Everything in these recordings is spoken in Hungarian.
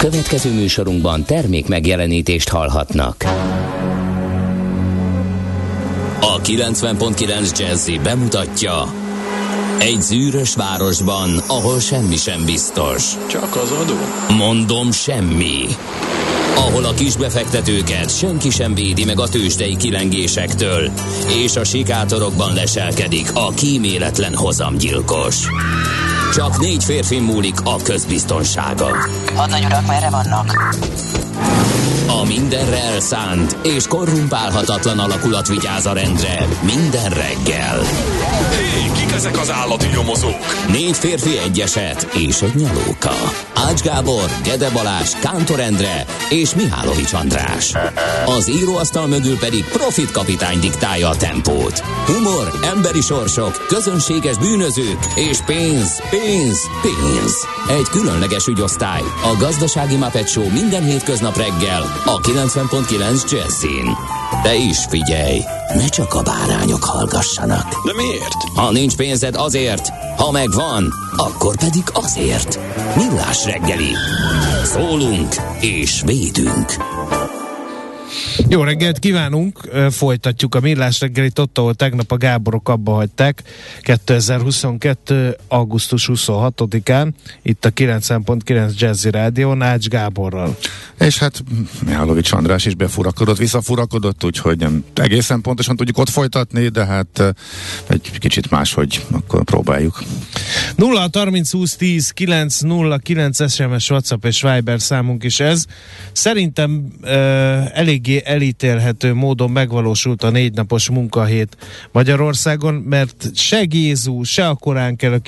Következő műsorunkban termék megjelenítést hallhatnak. A 90.9 Jazzy bemutatja: egy zűrös városban, ahol semmi sem biztos. Csak az adó? Mondom, semmi. Ahol a kisbefektetőket senki sem védi meg a tőzsdei kilengésektől, és a sikátorokban leselkedik a kíméletlen hozamgyilkos. Csak 4 férfi múlik a közbiztonsága. Hadnagy urak, merre vannak? A mindenre elszánt és korrumpálhatatlan alakulat vigyáz a rendre minden reggel. Hé, kik ezek az állati nyomozók? 4 férfi, egy eset és egy nyalóka. Ács Gábor, Gede Balázs, Kántor Endre és Mihálovics András. Az íróasztal mögül pedig Profit kapitány diktálja a tempót. Humor, emberi sorsok, közönséges bűnözők és pénz, pénz, pénz. Egy különleges ügyosztály, a Gazdasági Muppet Show minden hétköznap reggel a 90.9 Jazzyn. De is figyelj, ne csak a bárányok hallgassanak. De miért? Ha nincs pénzed, azért, ha megvan, akkor pedig azért. Millás reggeli. Szólunk és védünk. Jó reggelt kívánunk, folytatjuk a Millás reggelit ott, ahol tegnap a Gáborok abba hagyták, 2022. augusztus 26-án, itt a 90.9 Jazzy Rádión, Ács Gáborral. És hát Mihálovics András is visszafurakodott, úgyhogy nem egészen pontosan tudjuk ott folytatni, de hát egy kicsit máshogy akkor próbáljuk. 0-30 20 10 909 SMS, WhatsApp és Viber számunk is ez. Szerintem eléggé elítélhető módon megvalósult a 4 napos munkahét Magyarországon, mert se Gézu, se a Koránkelők,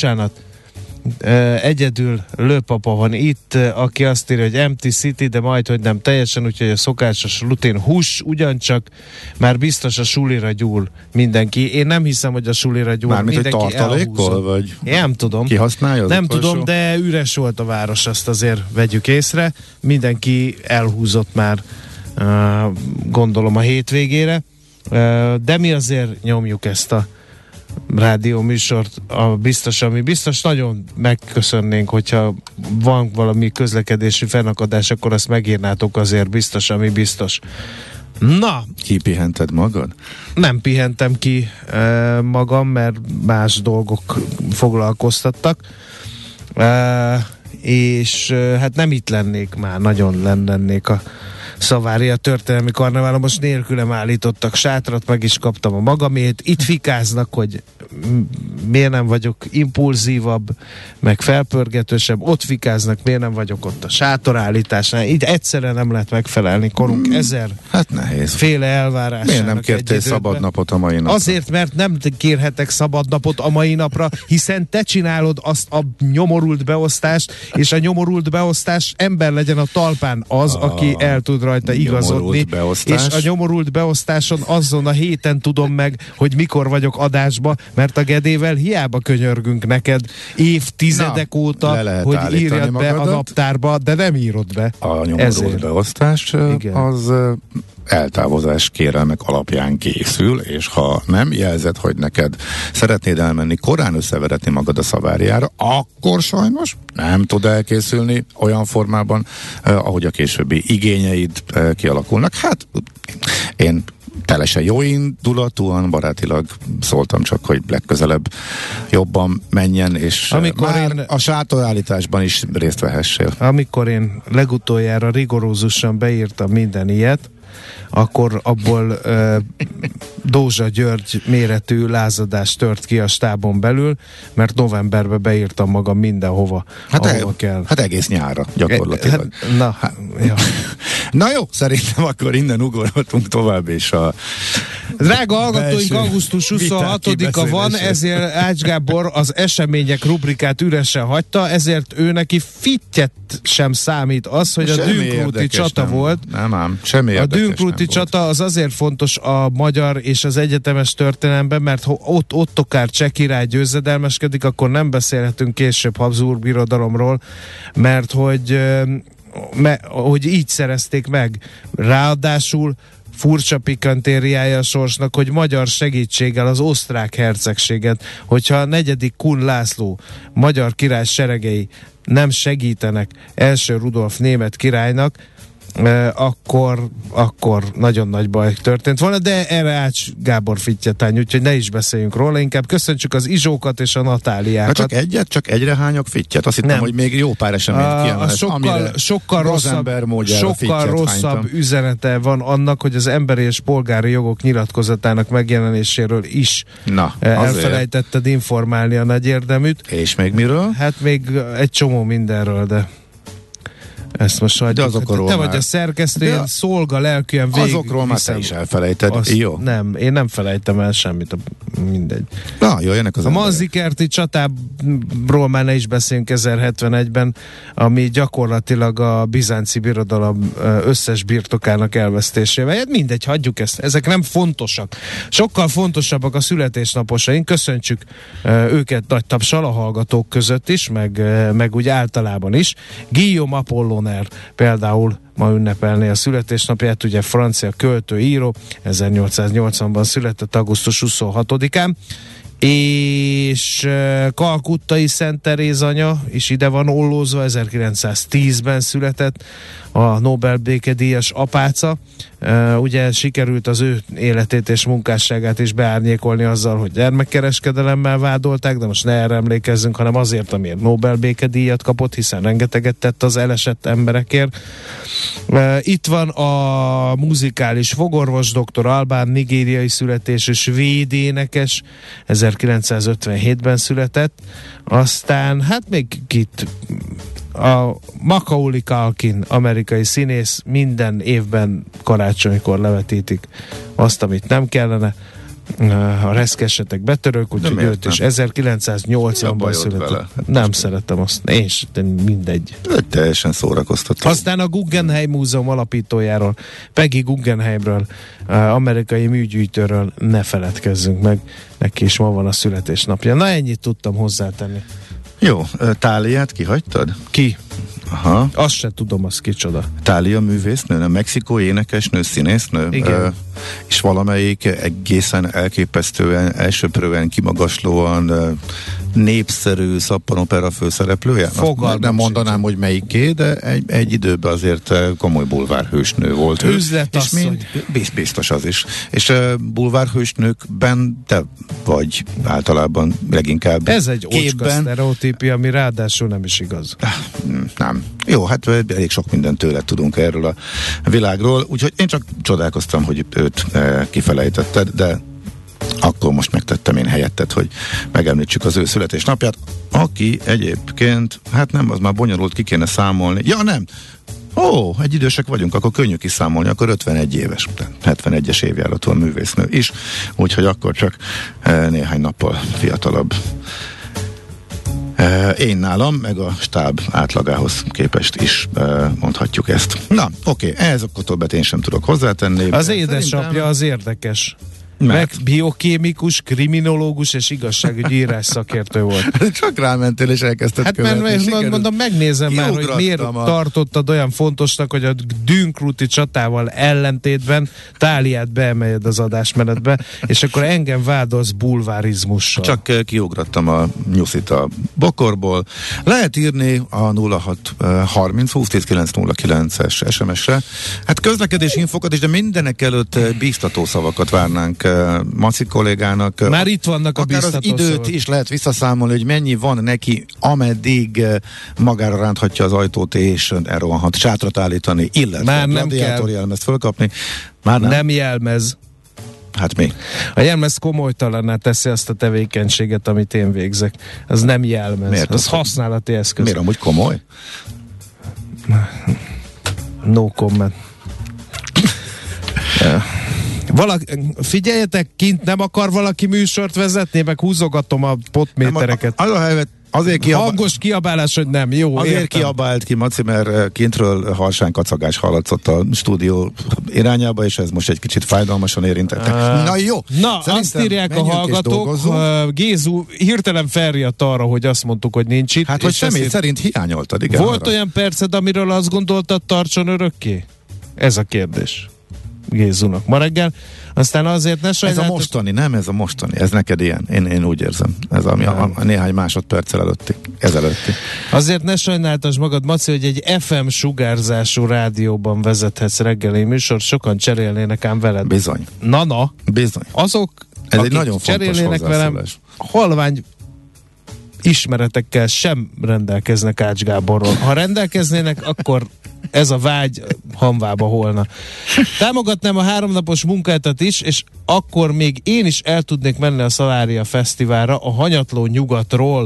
egyedül Lőpapa van itt, aki azt írja, hogy Empty City, de majd, hogy nem teljesen, úgyhogy a szokásos rutin hús, ugyancsak már biztos a sulira gyúl mindenki. Én nem hiszem, hogy a sulira gyúl. Mármint, hogy tartalékkol, vagy én nem tudom. Kihasználja? Nem tudom, de üres volt a város, azt azért vegyük észre. Mindenki elhúzott már, gondolom, a hétvégére, de mi azért nyomjuk ezt a rádió műsort, ami biztos nagyon megköszönnénk, hogyha van valami közlekedési fennakadás, akkor azt megírnátok, azért biztos, ami biztos. Na! Kipihented magad? Nem pihentem ki magam, mert más dolgok foglalkoztattak. És hát nem itt lennék már, nagyon lennék a Szavária történelmi karneválon, most nélkülem állítottak sátrat, meg is kaptam a magamét. Itt fikáznak, hogy miért nem vagyok impulzívabb, meg felpörgetősebb, ott fikáznak, miért nem vagyok ott a sátorállításnál. Itt egyszerűen nem lehet megfelelni korunk 1000 hát nehéz. Féle elvárásának. Miért nem kértél szabad napot a mai napra? Azért, mert nem kérhetek szabad napot a mai napra, hiszen te csinálod azt a nyomorult beosztást, és a nyomorult beosztás ember legyen a talpán az, aki el tud rajta igazodni, és a nyomorult beosztáson azon a héten tudom meg, hogy mikor vagyok adásba, mert a Gedével hiába könyörgünk neked évtizedek óta, hogy írjad be a naptárba, de nem írod be. A nyomorult beosztás az eltávozás kérelmek alapján készül, és ha nem jelzed, hogy neked szeretnéd elmenni korán összeveretni magad a Szaváriára, akkor sajnos nem tud elkészülni olyan formában, ahogy a későbbi igényeid kialakulnak. Hát én telesen jó indulatúan, barátilag szóltam csak, hogy legközelebb jobban menjen, és már a sátorállításban is részt vehessél. Amikor én legutoljára rigorózusan beírtam minden ilyet, akkor abból Dózsa György méretű lázadás tört ki a stábon belül, mert novemberben beírtam magam mindenhova, ahova kell. Hát egész nyárra gyakorlatilag. Na jó, szerintem akkor innen ugorhatunk tovább, és a drága hallgatóink, augusztus 26-a van, ezért Ács Gábor az események rubrikát üresen hagyta, ezért ő neki fittyet sem számít az, hogy a Dünkrúti csata volt. Nem ám, semmi érdekes. A Dünkrúti csata az azért fontos a magyar és az egyetemes történelemben, mert ha ott Ottokár cseh király győzedelmeskedik, akkor nem beszélhetünk később Habsburg birodalomról, mert hogy így szerezték meg. Ráadásul furcsa pikantériája a sorsnak, hogy magyar segítséggel az osztrák hercegséget, hogyha a 4. Kun László magyar király seregei nem segítenek első Rudolf német királynak, akkor nagyon nagy baj történt volna, de erre Ács Gábor fittyetány, úgyhogy ne is beszéljünk róla, inkább köszöntsük az Izsókat és a Natáliákat. Csak egyre hányok fittyet? Azt hittem, hogy még jó pár eseményt kiemelsz, sokkal rosszabb üzenete van annak, hogy az emberi és polgári jogok nyilatkozatának megjelenéséről is elfelejtetted informálni a nagy érdeműt. És még miről? Hát még egy csomó mindenről, de ezt most hagyjuk. Te vagy a szerkesztő, én szolga lelkűen végig. Azokról már te is elfelejted. Jó. Nem, én nem felejtem el semmit. Mindegy. Na, jöjjenek az a Manzikerti csatából már ne is beszéljünk 1071-ben, ami gyakorlatilag a bizánci birodalom összes birtokának elvesztésével. Hát mindegy, hagyjuk ezt. Ezek nem fontosak. Sokkal fontosabbak a születésnaposaink. Köszöntsük őket nagy tapsal a hallgatók között is, meg úgy általában is. Guillaume Apollon például ma ünnepelné a születésnapját, ugye francia költő, író, 1880-ban született augusztus 26-án, és kalkuttai Szent Teréz anya is ide van ollózva, 1910-ben született a Nobel békedíjas apáca. Ugye sikerült az ő életét és munkásságát is beárnyékolni azzal, hogy gyermekkereskedelemmel vádolták, de most ne erre emlékezzünk, hanem azért, amiért Nobel békedíjat kapott, hiszen rengeteget tett az elesett emberekért. Itt van a muzikális fogorvos, dr. Albán, nigériai születésű svéd énekes, 1957-ben született. Aztán, hát még kit... A Macaulay Culkin, amerikai színész, minden évben karácsonykor levetítik azt, amit nem kellene. A reszkesetek betörők, úgyhogy őt is 1980-ban született. Nem szeretem azt. És mindegy. Teljesen szórakoztató. Aztán a Guggenheim Múzeum alapítójáról, Peggy Guggenheimről, amerikai műgyűjtőről ne feledkezzünk meg. Neki is ma van a születésnapja. Na, ennyit tudtam hozzátenni. Jó, Táliát kihagytad? Ki? Aha. Azt se tudom, az kicsoda. Tália művésznő, a mexikói énekesnő, színésznő. Igen. És valamelyik egészen elképesztően, elsöprően, kimagaslóan népszerű szappanopera főszereplője? Nem mondanám, hogy melyiké, de egy időben azért komoly bulvárhősnő volt. Üzletasszony. Biztos az is. És bulvárhősnőkben te vagy általában leginkább ez egy ocska sztereotípia, ami ráadásul nem is igaz. Nem. Jó, hát elég sok mindent tőle tudunk erről a világról, úgyhogy én csak csodálkoztam, hogy őt kifelejtetted, de akkor most megtettem én helyetted, hogy megemlítsük az ő születésnapját, aki egyébként, hát nem, az már bonyolult, ki kéne számolni. Ja, nem! Egy idősek vagyunk, akkor könnyű kiszámolni, akkor 51 éves, 71-es évjáratú a művésznő is, úgyhogy akkor csak néhány nappal fiatalabb. Én nálam, meg a stáb átlagához képest is mondhatjuk ezt. Na, oké, ehhez akkor többet én sem tudok hozzátenni. Az édesapja az érdekes. Meg biokémikus, kriminológus és igazságügyi írás szakértő volt. Csak rámentél és elkezdted követni. Hát mondom, megnézem már, hogy miért tartottad olyan fontosnak, hogy a Dünkruti csatával ellentétben Táliát beemeljed az adásmenetbe, és akkor engem vádolsz bulvárizmussal. Csak kiugrattam a nyuszit a bokorból. Lehet írni a 0630 20 909-es SMS-re. Hát közlekedési infokat is, de mindenek előtt bíztató szavakat várnánk Maci kollégának. Már itt vannak a biztató az időt szavak. is lehet visszaszámolni, hogy mennyi van neki, ameddig magára ránthatja az ajtót és elrohanhat sátrat állítani, illetve már nem kell jelmezt fölkapni. Már nem jelmez. Hát mi? A jelmez komolytalanná teszi azt a tevékenységet, amit én végzek. Az nem jelmez. Miért? Az használati eszköz. Miért amúgy komoly? No comment. Figyeljetek, kint nem akar valaki műsort vezetni, meg húzogatom a potmétereket. Hangos kiabálás, hogy nem. Jó, azért értem. kiabált ki Maci, mert kintről harsány kacagás hallatszott a stúdió irányába, és ez most egy kicsit fájdalmasan érintette. Na jó! Na, azt írják a hallgatók, Gézu hirtelen felriadt arra, hogy azt mondtuk, hogy nincs itt. Hát, hogy személy szerint hiányoltad, igen. Volt olyan perced, amiről azt gondoltad, tartson örökké? Ez a kérdés. Gézunak ma reggel. Aztán azért ne sajnáltass... Ez a mostani, nem ez a mostani, ez neked ilyen. Én úgy érzem. Ez ami a néhány másodperccel ezelőtti. Azért ne sajnáltass magad, Maci, hogy egy FM sugárzású rádióban vezethetsz reggeli műsort, sokan cserélnének ám veled. Bizony. Na. Bizony. Azok, ez akik egy nagyon cserélnének velem, halvány ismeretekkel sem rendelkeznek Ács Gáborról. Ha rendelkeznének, akkor ez a vágy hamvába holna. Támogatnám a 3 napos munkátat is, és akkor még én is el tudnék menni a Szalária Fesztiválra, a hanyatló nyugatról.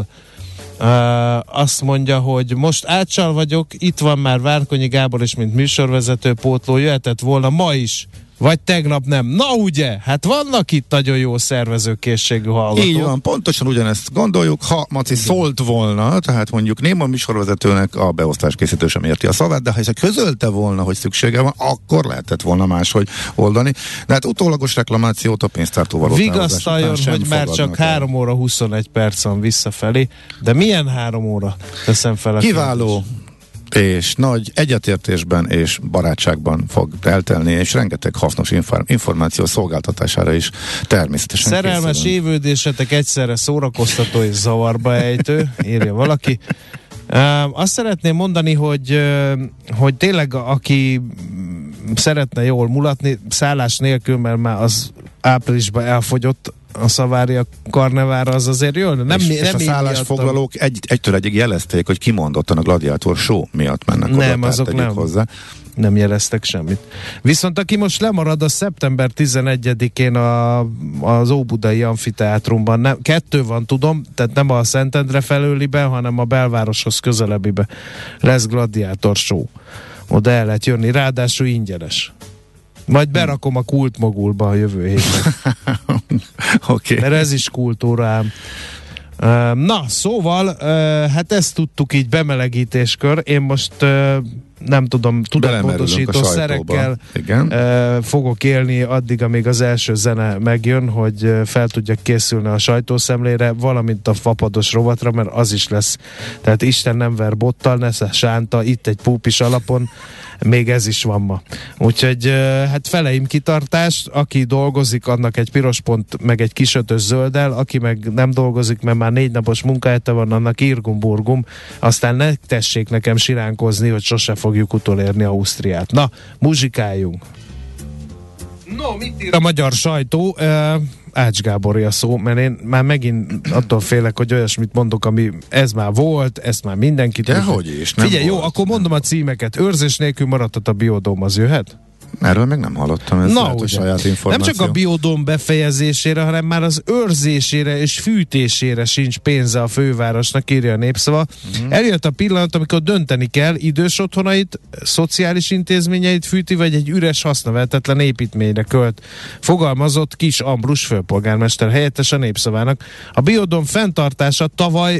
Azt mondja, hogy most Áccsal vagyok, itt van már Várkonyi Gábor is, mint műsorvezető pótló, jöhetett volna ma is, vagy tegnap nem. Na ugye, hát vannak itt nagyon jó szervezőkészségű hallgatók. Így van, pontosan ugyanezt gondoljuk, ha Maci szólt volna, tehát mondjuk néma műsorvezetőnek a beosztáskészítő sem érti a szavát, de ha ez közölte volna, hogy szüksége van, akkor lehetett volna máshogy oldani. De hát utólagos reklamációt a pénztártól való vigasztaljon, hogy már csak 3 óra 21 perc van visszafelé, de milyen 3 óra? Teszem fel a kiváló és nagy egyetértésben és barátságban fog eltelni, és rengeteg hasznos információ szolgáltatására is természetesen szerelmes évődésetek egyszerre szórakoztató és zavarba ejtő, írja valaki. Azt szeretném mondani, hogy tényleg aki szeretne jól mulatni, szállás nélkül, mert már az áprilisban elfogyott a Szavária karnevára, az azért jön. És a szállásfoglalók egytől egyig jelezték, hogy kimondottan a Gladiátor show miatt mennek oda. Nem, azok nem. Hozzá. Nem jeleztek semmit. Viszont aki most lemarad, a szeptember 11-én az Óbudai Amfiteátrumban, 2 van, tudom, tehát nem a Szentendre felőliben, hanem a belvároshoz közelebbibe lesz Gladiátor show. Oda el lehet jönni, ráadásul ingyenes. Majd berakom a kultmogulba a jövő héten. Okay. Mert ez is kultúrám. Na, szóval, hát ezt tudtuk így bemelegítéskör. Én most nem tudom, tudatmódosító szerekkel fogok élni addig, amíg az első zene megjön, hogy fel tudjak készülni a sajtószemlére, valamint a fapados rovatra, mert az is lesz. Tehát Isten nem ver bottal, nesze sánta, itt egy púpis alapon, még ez is van ma. Úgyhogy hát feleim kitartást, aki dolgozik, annak egy piros pont, meg egy kisötös zölddel, aki meg nem dolgozik, mert már 4 napos munkájata van, annak irgum-burgum, aztán ne tessék nekem siránkozni, hogy sose fogjuk utolérni Ausztriát. Na, muzsikáljunk! No, mit ír a magyar sajtó? Ács Gábori a szó, mert én már megint attól félek, hogy olyasmit mondok, ami ez már volt, ezt már mindenki tudja. Dehogy is, nem figyelj, volt, jó, akkor mondom a címeket. Őrzés nélkül maradhat a Biodóm, az jöhet? Erről meg nem hallottam, ez lehet a saját információ. Nem csak a Biodóm befejezésére, hanem már az őrzésére és fűtésére sincs pénze a fővárosnak, írja a Népszava. Eljött a pillanat, amikor dönteni kell, idős otthonait, szociális intézményeit fűti, vagy egy üres, hasznavehetetlen építményre költ. Fogalmazott Kis Ambrus főpolgármester helyettes a Népszavának. A Biodóm fenntartása tavaly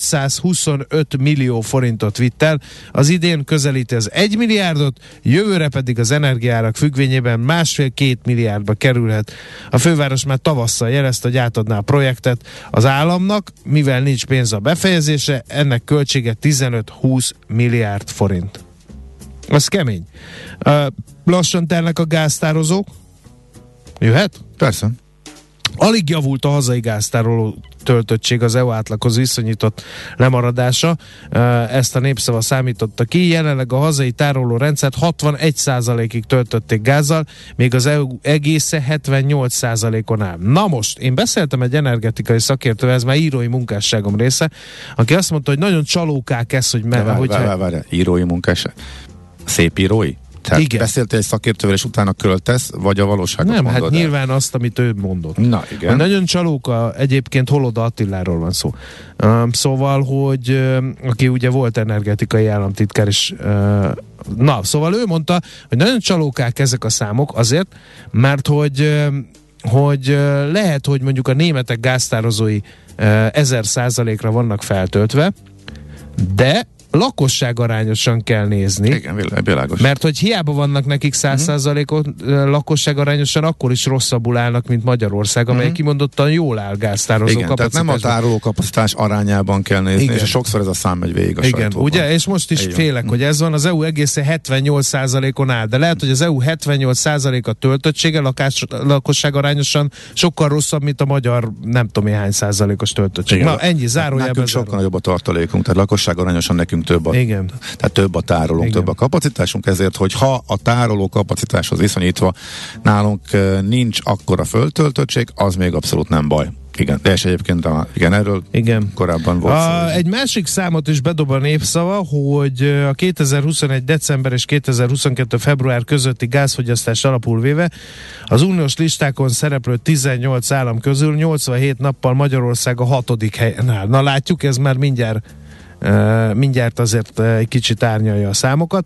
625 millió forintot vitt el, az idén közelíti az 1 milliárdot, jövőre pedig az energiárak függvényében 1,5-2 milliárdba kerülhet. A főváros már tavasszal jelezte, hogy átadná a projektet az államnak, mivel nincs pénz a befejezésre, ennek költsége 15-20 milliárd forint. Az kemény. Lassan telnek a gáztározók. Jöhet? Persze. Alig javult a hazai gáztároló töltöttség az EU átlaghoz viszonyított lemaradása. Ezt a Népszava számította ki. Jelenleg a hazai tároló rendszert 61%-ig töltötték gázzal, még az EU egésze 78%-on áll. Na most, én beszéltem egy energetikai szakértővel, ez már írói munkásságom része, aki azt mondta, hogy nagyon csalókák ez, hogy várj, írói munkásság? Szép írói? Tehát igen. Beszéltél egy szakértővel, és utána költesz, vagy a valóságot nem, mondod hát el? nyilván azt, amit ő mondott. Na, igen. Nagyon csalóka, egyébként Holoda Attiláról van szó. Szóval, hogy aki ugye volt energetikai államtitkár is, szóval ő mondta, hogy nagyon csalókák ezek a számok azért, mert hogy lehet, hogy mondjuk a németek gáztározói 1000%-ra vannak feltöltve, de lakosságarányosan kell nézni. Igen, világos. Mert hogy hiába vannak nekik 100%-ot lakosságarányosan, akkor is rosszabbul állnak, mint Magyarország, amely kimondottan jól áll gáztározó kapacitásban. Tehát nem a tároló kapacitás arányában kell nézni, és sokszor ez a szám megy végig a sajtóban. Ugye, és most is félek, hogy ez van, az EU egészen 78%-on áll, de lehet, hogy az EU 78%-a töltöttsége lakosságarányosan sokkal rosszabb, mint a magyar nem tudom hány százalékos töltöttség. Igen. Na, ennyi, zárójelben. Nekünk sokkal nagyobb a tartalékunk, tehát lakosságarányosan nekünk több a tárolónk, több a kapacitásunk, ezért, hogy ha a tároló kapacitáshoz viszonyítva nálunk nincs akkora föltöltöttség, az még abszolút nem baj. Igen, de és egyébként erről korábban volt. Egy másik számot is bedob a Népszava, hogy a 2021. december és 2022. február közötti gázfogyasztás alapul véve az uniós listákon szereplő 18 állam közül 87 nappal Magyarország a 6. helyen áll. Na látjuk, ez már mindjárt azért egy kicsit árnyalja a számokat.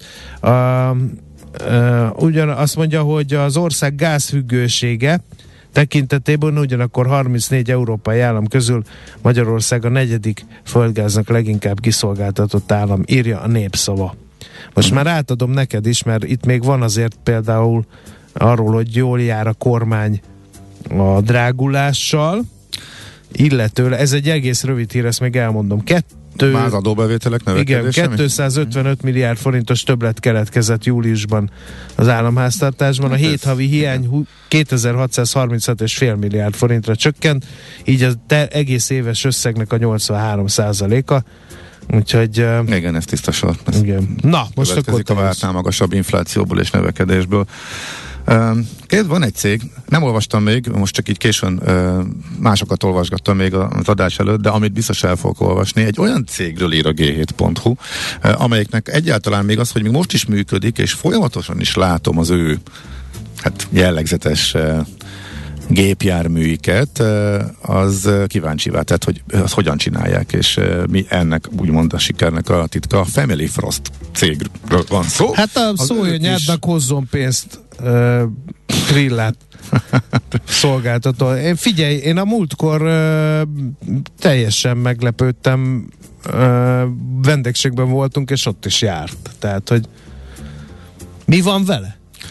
Ugyan azt mondja, hogy az ország gázfüggősége tekintetében ugyanakkor 34 európai állam közül Magyarország a 4. földgáznak leginkább kiszolgáltatott állam, írja a Népszava. Most már átadom neked is, mert itt még van azért például arról, hogy jól jár a kormány a drágulással, illetőleg, ez egy egész rövid hír, ezt még elmondom. Már adóbevételek növekedése? Igen, 255 milliárd forintos többlet keletkezett júliusban az államháztartásban. A 7 havi hiány 2636,5 milliárd forintra csökkent, így az egész éves összegnek a 83%-a. Úgyhogy... Igen, ez tiszta sor. Igen. Na, most akkor a vártnál magasabb inflációból és növekedésből. Van egy cég, nem olvastam még, most csak így későn másokat olvasgattam még az adás előtt, de amit biztos el fogok olvasni, egy olyan cégről ír a G7.hu, amelyiknek egyáltalán még az, hogy még most is működik, és folyamatosan is látom az ő jellegzetes gépjárműiket, az kíváncsivá tett, hogy azt hogyan csinálják, és mi ennek úgymond a sikernek a titka. A Family Frost cégről van szó. Hát a szójanyádnak hozzon pénzt, grillát szolgáltató. Figyelj, én a múltkor teljesen meglepődtem, vendégségben voltunk, és ott is járt. Tehát, hogy mi van vele?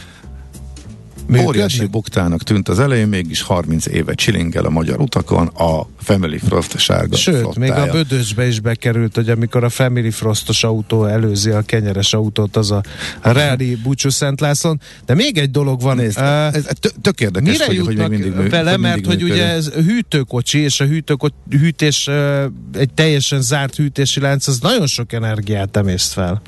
Óriási buktának tűnt az elején, mégis 30 éve csilingel a magyar utakon a Family Frost sárga Sőt, flottája. még a Bödösbe is bekerült, hogy amikor a Family Frostos autó előzi a kenyeres autót, az a Rally Búcsú Szent Lászlón. De még egy dolog van. Nézd, ez tök érdekes, hogy még mindig vele, mert hogy ugye ez hűtőkocsi, és a hűtés egy teljesen zárt hűtési lánc, az nagyon sok energiát emészt fel.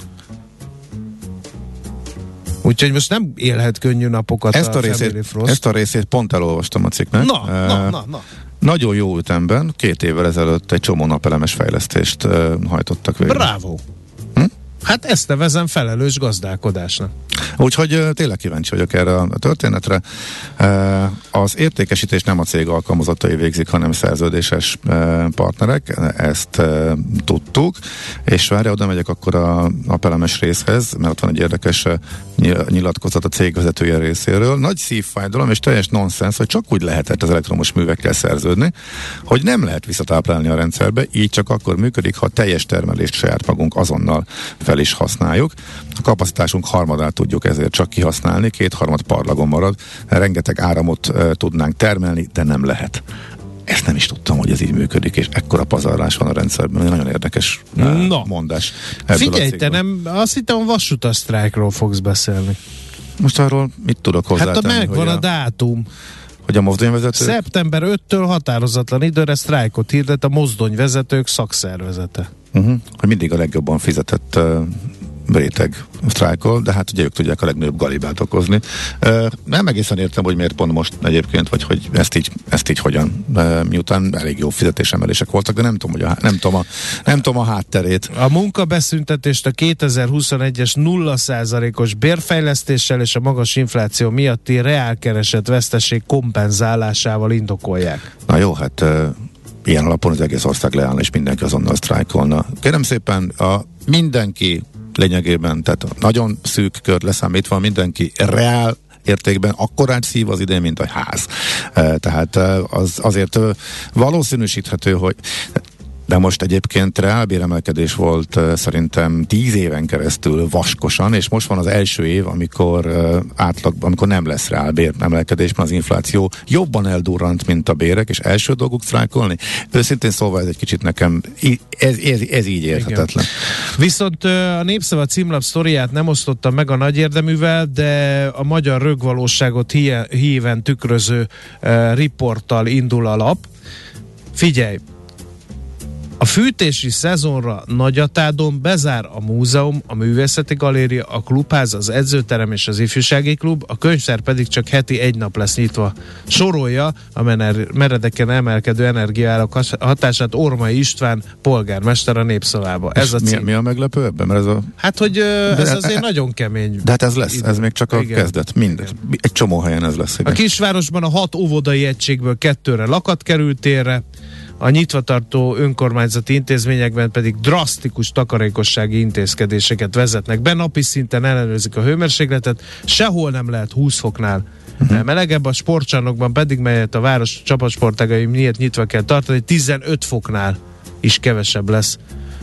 Úgyhogy most nem élhet könnyű napokat ezt a részét pont elolvastam a cikknek. Na. Nagyon jó ütemben, 2 évvel ezelőtt egy csomó napelemes fejlesztést hajtottak végre. Bravo! Hát ezt nevezem felelős gazdálkodásnak. Úgyhogy tényleg kíváncsi vagyok erre a történetre. Az értékesítés nem a cég alkalmazottai végzik, hanem szerződéses partnerek, ezt tudtuk, és várja, oda megyek akkor a napelemes részhez, mert ott van egy érdekes nyilatkozat a cég vezetője részéről. Nagy szívfájdalom és teljes nonsens, hogy csak úgy lehetett az elektromos művekkel szerződni, hogy nem lehet visszatáplálni a rendszerbe, így csak akkor működik, ha teljes termelést saját magunk azonnal fel is használjuk. A kapacitásunk harmadát tudjuk ezért csak kihasználni, 2/3 parlagon marad, rengeteg áramot tudnánk termelni, de nem lehet. Ezt nem is tudtam, hogy ez így működik, és ekkora pazarlás van a rendszerben. Nagyon érdekes mondás. Figyelj, te nem, azt hittem, vasutasztrájkról fogsz beszélni. Most arról mit tudok hozzátenni? Hát megvan a dátum. Hogy a mozdonyvezetők? Szeptember 5-től határozatlan időre sztrájkot hirdet a mozdonyvezetők szakszervezete. Hogy mindig a legjobban fizetett réteg sztrájkol, de hát ugye ők tudják a legnagyobb galibát okozni. Nem egészen értem, hogy miért pont most egyébként, vagy hogy ezt így hogyan, miután elég jó fizetésemelések voltak, de nem tudom a hátterét. A munkabeszüntetést a 2021-es 0%-os bérfejlesztéssel és a magas infláció miatti reálkeresett veszteség kompenzálásával indokolják. Na jó, hát ilyen alapon az egész ország leállna, és mindenki azonnal sztrájkolna. Kérem szépen, mindenki lényegében, tehát nagyon szűk kör leszámítva, mindenki reál értékben akkorát szív az idén, mint a ház. Tehát az azért valószínűsíthető, hogy de most egyébként reálbéremelkedés volt szerintem 10 éven keresztül vaskosan, és most van az első év, amikor átlagban, amikor nem lesz reálbéremelkedésben az infláció jobban eldurrant, mint a bérek, és első dolguk sztrájkolni. Őszintén szólva ez egy kicsit nekem, ez így érthetetlen. Igen. Viszont a Népszava címlap sztoriát nem osztottam meg a nagy érdeművel, de a magyar rögvalóságot híven tükröző riporttal indul a lap. Figyelj! A fűtési szezonra Nagyatádon bezár a múzeum, a művészeti galéria, a klubház, az edzőterem és az ifjúsági klub, a könyvtár pedig csak heti 1 nap lesz nyitva. Sorolja a meredeken emelkedő energiaárak hatását Ormai István polgármester a Népszavába. Ez a cím. Mi a meglepő ebben? Mert ez a... Hát, hogy ez azért nagyon kemény. De hát ez lesz, ez még csak a kezdet. Mindegy. Egy csomó helyen ez lesz. Igen. A kisvárosban a 6 óvodai egységből 2-re lakat került térre, a nyitvatartó önkormányzati intézményekben pedig drasztikus takarékossági intézkedéseket vezetnek be, napi szinten ellenőrzik a hőmérsékletet, sehol nem lehet 20 foknál melegebb, a sportcsarnokban pedig, melyet a város csapatsportágai miért nyitva kell tartani, 15 foknál is kevesebb lesz.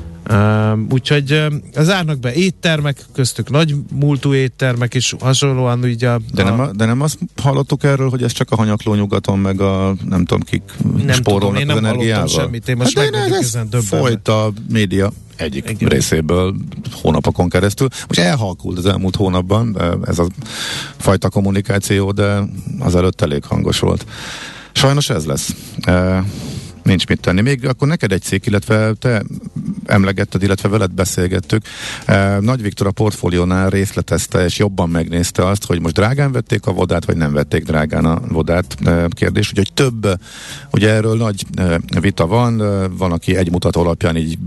Úgyhogy zárnak be éttermek, köztük nagy múltú éttermek is hasonlóan így de nem azt hallottuk erről, hogy ez csak a hanyakló nyugaton, meg a nem tudom kik spórolnak az energiával? Nem hallottam semmit, én most megmondjuk ezen döbbenve. Folyt a média egyik részéből hónapokon keresztül. Most elhalkult az elmúlt hónapban ez a fajta kommunikáció, de azelőtt elég hangos volt. Sajnos ez lesz. Nincs mit tenni. Még akkor neked egy cikk, illetve te emlegetted, illetve veled beszélgettük. Nagy Viktor a Portfóliónál részletezte, és jobban megnézte azt, hogy most drágán vették a vodát, vagy nem vették drágán a vodát kérdés. Úgyhogy több, ugye erről nagy vita van, aki egy mutató alapján így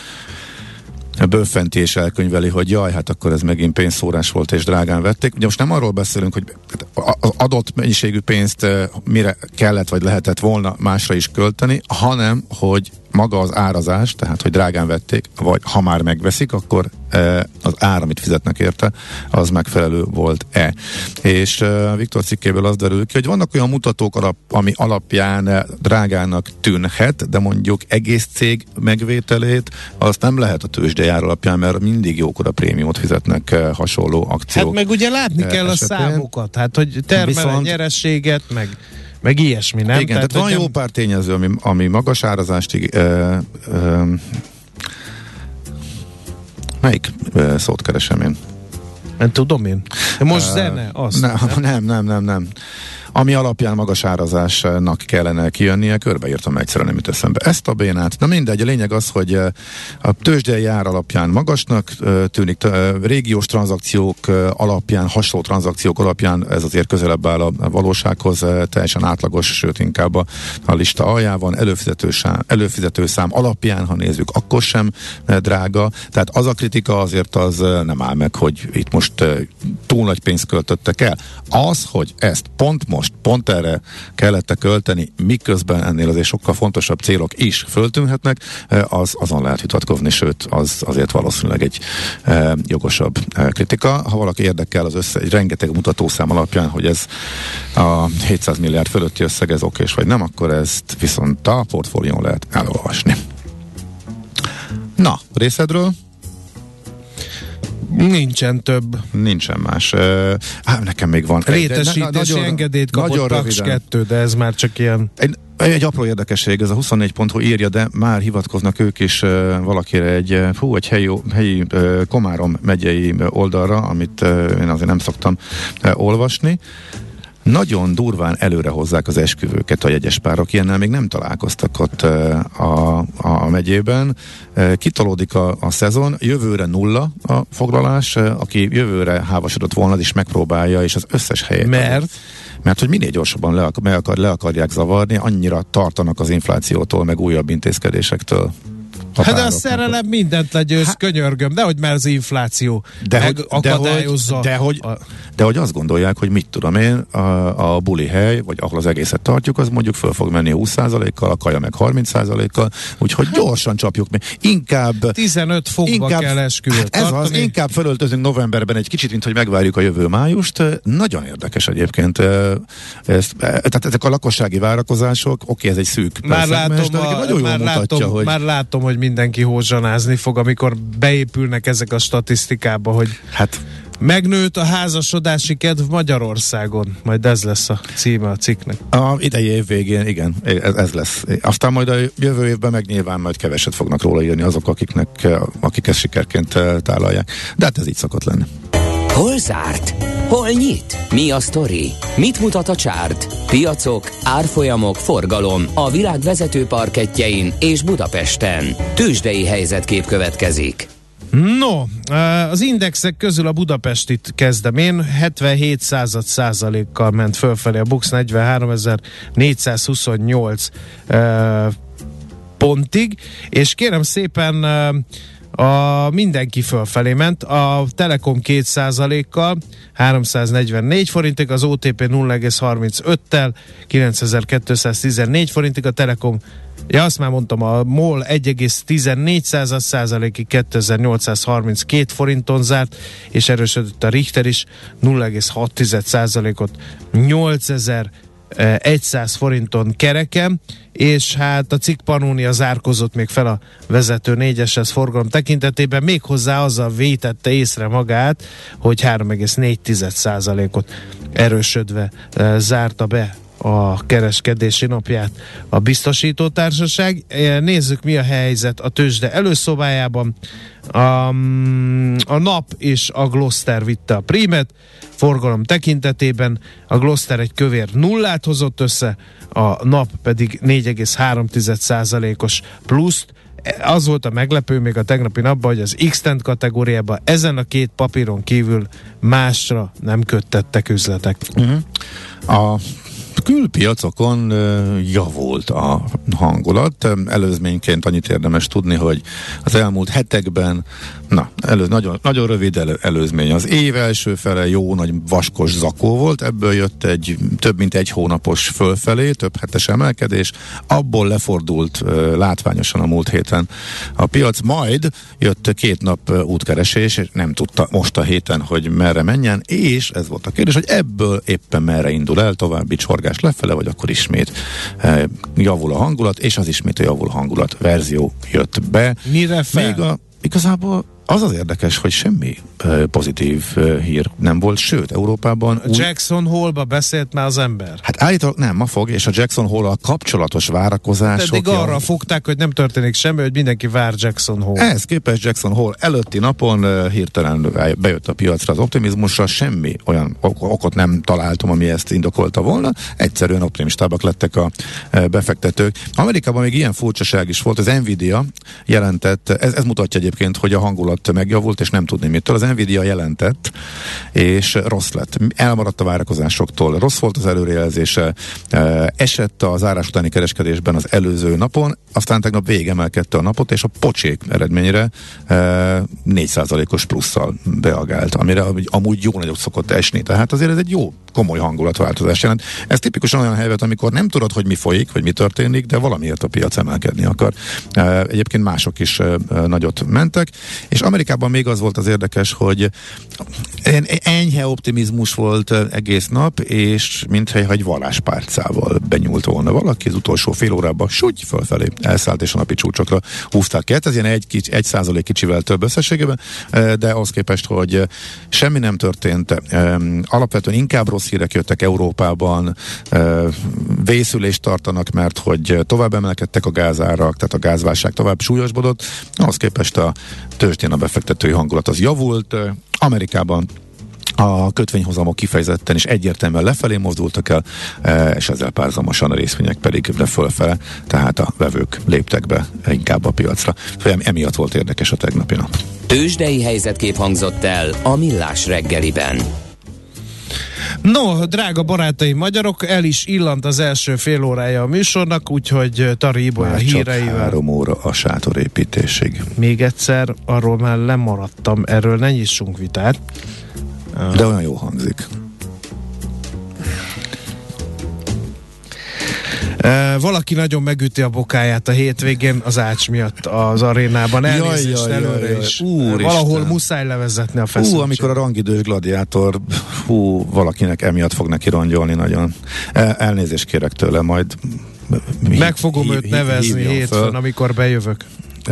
bőffenti és elkönyveli, hogy jaj, hát akkor ez megint pénzszórás volt és drágán vették. Ugye most nem arról beszélünk, hogy az adott mennyiségű pénzt mire kellett vagy lehetett volna másra is költeni, hanem, hogy maga az árazás, tehát hogy drágán vették, vagy ha már megveszik, akkor az ár, amit fizetnek érte, az megfelelő volt-e. És Viktor cikkéből az derül ki, hogy vannak olyan mutatók, ami alapján drágának tűnhet, de mondjuk egész cég megvételét, azt nem lehet a tőzsdejár alapján, mert mindig jókora prémiumot fizetnek hasonló akciók. Hát meg ugye látni kell esetén a számokat, hát hogy termel nyerességet, meg ilyesmi, nem? Igen, tehát van jó pár tényező, ami magas árazást melyik szót keresem én? Nem tudom én. De most zene, azt. Nem. Ami alapján magas árazásnak kellene kijönnie, körbeírtam, egyszerűen nem jut eszembe ezt a bénát. Na mindegy, a lényeg az, hogy a tőzsdei ár alapján magasnak tűnik, régiós tranzakciók alapján, hasonló tranzakciók alapján ez azért közelebb áll a valósághoz, teljesen átlagos, sőt inkább a lista aljában, előfizetőszám alapján, ha nézzük, akkor sem drága. Tehát az a kritika azért az nem áll meg, hogy itt most túl nagy pénzt költöttek el. Az, hogy ezt pont erre kellett költeni, miközben ennél azért sokkal fontosabb célok is föltűnhetnek, azon lehet vitatkozni, sőt, az azért valószínűleg egy jogosabb kritika. Ha valaki érdekel egy rengeteg mutatószám alapján, hogy ez a 700 milliárd fölötti összeg, ez okés vagy nem, akkor ezt viszont a portfólión lehet elolvasni. Na, részedről? Nincsen több. Nincsen más. Nekem még van. Rétesítési engedélyt kapott Paks 2, de ez már csak ilyen... Egy apró érdekesség, ez a 24.hu írja, de már hivatkoznak ők is valakire egy helyi Komárom megyei oldalra, amit én azért nem szoktam olvasni. Nagyon durván előre hozzák az esküvőket a jegyes párok, ilyennel még nem találkoztak ott a megyében. Kitolódik a szezon, jövőre 0 a foglalás, aki jövőre hávasodott volna, az is megpróbálja, és az összes helyet. Mert hogy minél gyorsabban le akarják zavarni, annyira tartanak az inflációtól, meg újabb intézkedésektől. Hát de a szerelem mindent legyőz, könyörgöm, de hogy már az infláció akadályozza. De hogy azt gondolják, hogy mit tudom én, a buli hely, vagy ahol az egészet tartjuk, az mondjuk föl fog menni 20%-kal, a kaja meg 30%-kal, úgyhogy gyorsan csapjuk meg. Inkább 15 fokba kell esküvőt tartani. Inkább fölöltözünk novemberben egy kicsit, mint hogy megvárjuk a jövő májust. Nagyon érdekes egyébként. Tehát ezek a lakossági várakozások, oké, ez egy szűk Már látom, hogy mindenki hózsanázni fog, amikor beépülnek ezek a statisztikába, hogy megnőtt a házasodási kedv Magyarországon. Majd ez lesz a címe a cikknek. A idei év végén, igen, ez lesz. Aztán majd a jövő évben meg nyilván majd keveset fognak róla írni azok, akik ezt sikerként tálalják. De hát ez így szokott lenni. Hol zárt? Hol nyit? Mi a sztori? Mit mutat a csárt? Piacok, árfolyamok, forgalom a világ vezető parkettjein és Budapesten. Tőzsdei helyzetkép következik. No, az indexek közül a budapestit kezdem én, 77%-kal ment fölfelé a BUX 43.428 pontig, és kérem szépen mindenki fölfelé ment, a Telekom 2%-kal 344 forintig, az OTP 0,35-tel 9214 forintig, a Telekom, azt már mondtam, a MOL 1,14%-ig 2832 forinton zárt, és erősödött a Richter is 0,6%-ot 8100 forinton kereken, és hát a cikk Pannonia zárkozott még fel a vezető 4-es forgalom tekintetében, méghozzá azzal vétette észre magát, hogy 3,4%-ot erősödve zárta be a kereskedési napját a biztosítótársaság. Nézzük, mi a helyzet a tőzsde előszobájában. A NAP és a Gloster vitte a prímet, forgalom tekintetében a Gloster egy kövér nullát hozott össze, a NAP pedig 4,3%-os pluszt. Az volt a meglepő még a tegnapi napban, hogy az X-Tent kategóriában ezen a két papíron kívül másra nem köttettek üzletek. A külpiacokon javult a hangulat. Előzményként annyit érdemes tudni, hogy az elmúlt hetekben, nagyon rövid előzmény. Az év első fele jó nagy vaskos zakó volt, ebből jött egy több mint egy hónapos fölfelé, több hetes emelkedés, abból lefordult látványosan a múlt héten a piac, majd jött 2 nap útkeresés, és nem tudta most a héten, hogy merre menjen, és ez volt a kérdés, hogy ebből éppen merre indul el, további csorgás lefele, vagy akkor ismét javul a hangulat, és az ismét a javul hangulat verzió jött be. Mire fel? Igazából az érdekes, hogy semmi pozitív hír nem volt, sőt, Európában... Jackson Hole-ba beszélt már az ember? Hát állítólag nem, ma fog, és a Jackson Hole-al kapcsolatos várakozások... Eddig arra fogták, hogy nem történik semmi, hogy mindenki vár Jackson Hole. Ehhez képest Jackson Hole előtti napon hirtelen bejött a piacra az optimizmusra, semmi olyan okot nem találtam, ami ezt indokolta volna, egyszerűen optimistábbak lettek a befektetők. Amerikában még ilyen furcsaság is volt, az Nvidia jelentett, ez mutatja egyébként, hogy a hangulat megjavult, és nem tudni mitől. Az Nvidia jelentett, és rossz lett. Elmaradt a várakozásoktól, rossz volt az előrejelzése, esett az zárás utáni kereskedésben az előző napon, aztán tegnap végemelkedte a napot, és a pocsék eredményre 4%-os plusszal reagált, amire amúgy jó nagyot szokott esni. Tehát azért ez egy jó, komoly hangulatváltozás jelent. Ez tipikusan olyan helyzet, amikor nem tudod, hogy mi folyik, vagy mi történik, de valamiért a piac emelkedni akar. Egyébként mások is nagyot mentek, és Amerikában még az volt az érdekes, hogy enyhe optimizmus volt egész nap, és mintha egy varázspálcával benyúlt volna valaki, az utolsó fél órában súgy fölfelé elszállt, és a napi csúcsokra húzták ki. Ez ilyen 1% kicsivel több összességében, de ahhoz képest, hogy semmi nem történt. Alapvetően inkább rossz hírek jöttek Európában, vészülést tartanak, mert hogy tovább emelkedtek a gázárak, tehát a gázválság tovább súlyosbodott. Ahhoz képest a tőzsdén a befektetői hangulat az javult. Amerikában a kötvényhozamok kifejezetten és egyértelműen lefelé mozdultak el, és ezzel párhuzamosan a részvények pedig fölfele, tehát a vevők léptek be inkább a piacra. Emiatt volt érdekes a tegnapi nap. Tőzsdei helyzetkép hangzott el a Millás reggeliben. No, drága barátaim magyarok, el is illant az első fél órája a műsornak, úgyhogy Tari Ibolya híreivel. 3 óra a sátorépítésig. Még egyszer, arról már lemaradtam, erről ne nyissunk vitát. De olyan jó hangzik. Valaki nagyon megüti a bokáját a hétvégén az Ács miatt az arénában. Elnézést előre is. Valahol muszáj levezetni a feszültséget. Amikor a rangidős gladiátor, valakinek emiatt fog neki rongyolni nagyon. Elnézést kérek tőle, majd meg fogom őt nevezni hétfőn, amikor bejövök.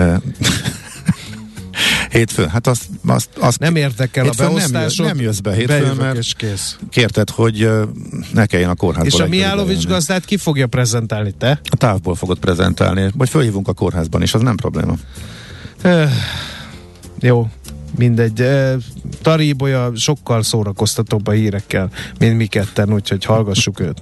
Hétfőn, hát azt nem érdekel a beosztásod, nem jössz be hétfőn, mert kérted, hogy ne kelljen a kórházba. És a Mihálovics gazdát ki fogja prezentálni, te? A távból fogod prezentálni, vagy fölhívunk a kórházban is, az nem probléma. Jó, mindegy. Tari Ibolya sokkal szórakoztatóbb a hírekkel, mint mi ketten, úgyhogy hallgassuk őt.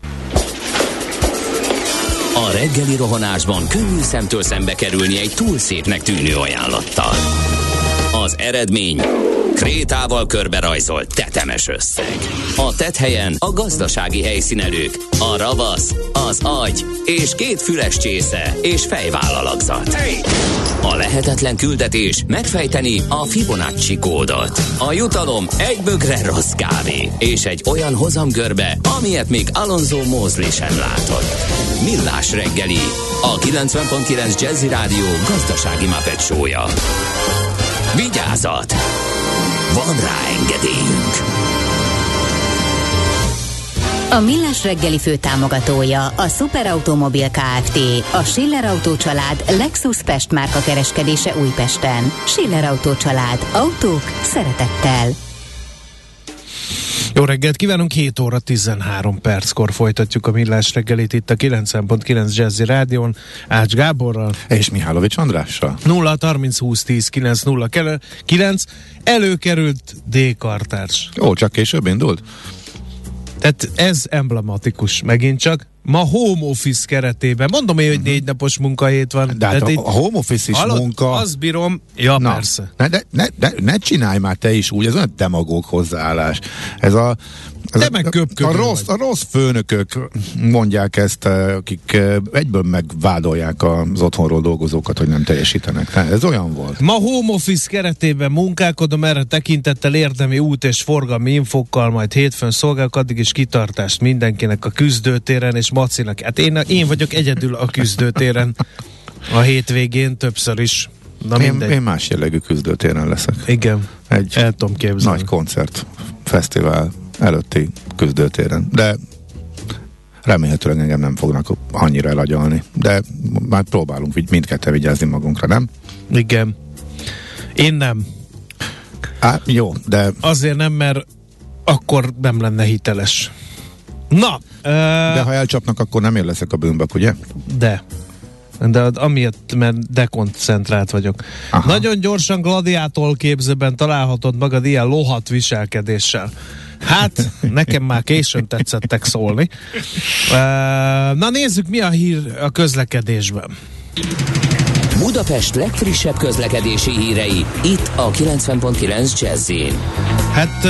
A reggeli rohanásban könnyű szemtől szembe kerülni egy túl szépnek tűnő ajánlattal. Az eredmény krétával körberajzolt tetemes összeg. A tetthelyen a gazdasági helyszínelők, a ravasz, az agy és 2 füles csésze és fejvállalakzat. A lehetetlen küldetés megfejteni a Fibonacci kódot. A jutalom egy bögre rossz kávé és egy olyan hozamgörbe, amilyet még Alonso Mosley sem látott. Millás reggeli, a 90.9 Jazzy Rádió gazdasági Muppet show-ja. Vigyázat! Van rá engedélyünk! A Millás reggeli főtámogatója a Superautomobil Kft. A Schiller Autó család Lexus Pest márka kereskedése Újpesten. Schiller Autó család. Autók szeretettel. Jó reggelt kívánunk, 7 óra 13 perckor folytatjuk a Millás reggelit itt a 90.9 Jazzy Rádión, Ács Gáborral és Mihálovics Andrással. 0 30 20 10 9 0 9 előkerült D-kartárs. Ó, csak később indult? Tehát ez emblematikus megint csak. Ma home office keretében. Mondom én, hogy 4 napos munkahét van. De hát a home office is munka. Azt bírom. Ja, na, persze. Ne csinálj már te is úgy, ez olyan demagóg hozzáállás. A rossz főnökök mondják ezt, akik egyből megvádolják az otthonról dolgozókat, hogy nem teljesítenek. Ez olyan volt. Ma home office keretében munkálkodom, erre tekintettel érdemi út és forgalmi infokkal, majd hétfőn szolgálok, addig is kitartást mindenkinek a küzdőtéren, és Macinak. Hát én vagyok egyedül a küzdőtéren a hétvégén többször is. Én más jellegű küzdőtéren leszek. Igen, el tudom képzelni. Nagy koncert, fesztivál előtti küzdőtéren, de remélhetőleg engem nem fognak annyira elagyalni, de már próbálunk mindketten vigyázni magunkra, nem? Igen. Én nem. Jó, de... Azért nem, mert akkor nem lenne hiteles. Na! De ha elcsapnak, akkor nem én leszek a bűnbak, ugye? De amiatt, mert dekoncentrált vagyok. Aha. Nagyon gyorsan gladiátor képzőben találhatod magad ilyen lohat viselkedéssel. Hát, nekem már későn tetszettek szólni. Na nézzük, mi a hír a közlekedésben. Budapest legfrissebb közlekedési hírei, itt a 90.9 Jazz-in. Hát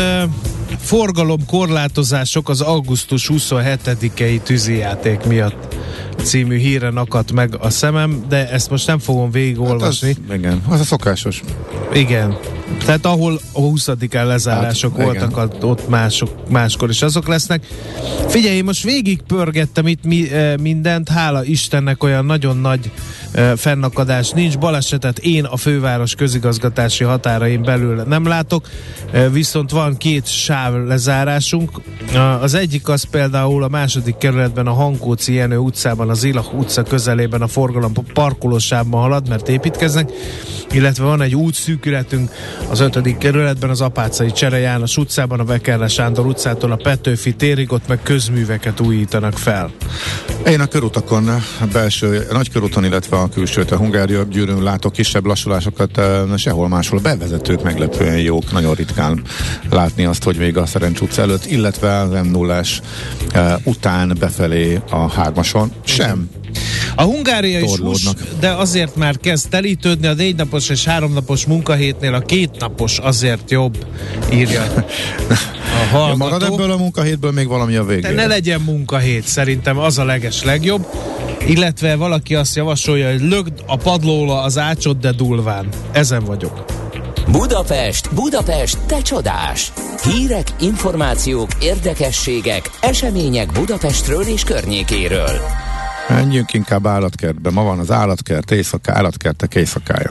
forgalomkorlátozások az augusztus 27-i tűzijáték miatt című híren akadt meg a szemem, de ezt most nem fogom végigolvasni. Hát igen, az a szokásos. Igen. Tehát ahol a 20-án lezárások voltak, ott máskor is azok lesznek. Figyelj, most végigpörgettem itt mindent, hála Istennek olyan nagyon nagy fennakadás nincs, balesetet én a főváros közigazgatási határain belül nem látok, viszont van 2 sáv lezárásunk. Az egyik az például a 2. kerületben a Hankóczi Jenő utcában, az Ilach utca közelében a forgalom parkolósávban halad, mert építkeznek, illetve van egy útszűkületünk az 5. kerületben, az Apáczai Csere János utcában, a Vekerle Sándor utcától a Petőfi térig, ott meg közműveket újítanak fel. Én a körutakon, a belső, a nagykörúton, illetve a külsőt, a Hungária Gyűrűn látok kisebb lassulásokat, sehol máshol. Bevezetők meglepően jók, nagyon ritkán látni azt, hogy még a Szerencs utca előtt, illetve az M0-as után befelé a 3-ason sem. A Hungária is hús, de azért már kezd telítődni, a 4 napos és 3 napos munkahétnél a 2 napos azért jobb, írja hallgató. Marad ebből a munkahétből még valami a végén. Ne legyen munkahét, szerintem az a legjobb. Illetve valaki azt javasolja, hogy lögd a padlóra az ácsot, de durván. Ezen vagyok. Budapest, te csodás! Hírek, információk, érdekességek, események Budapestről és környékéről. Menjünk inkább állatkertbe. Ma van az állatkertek éjszakája.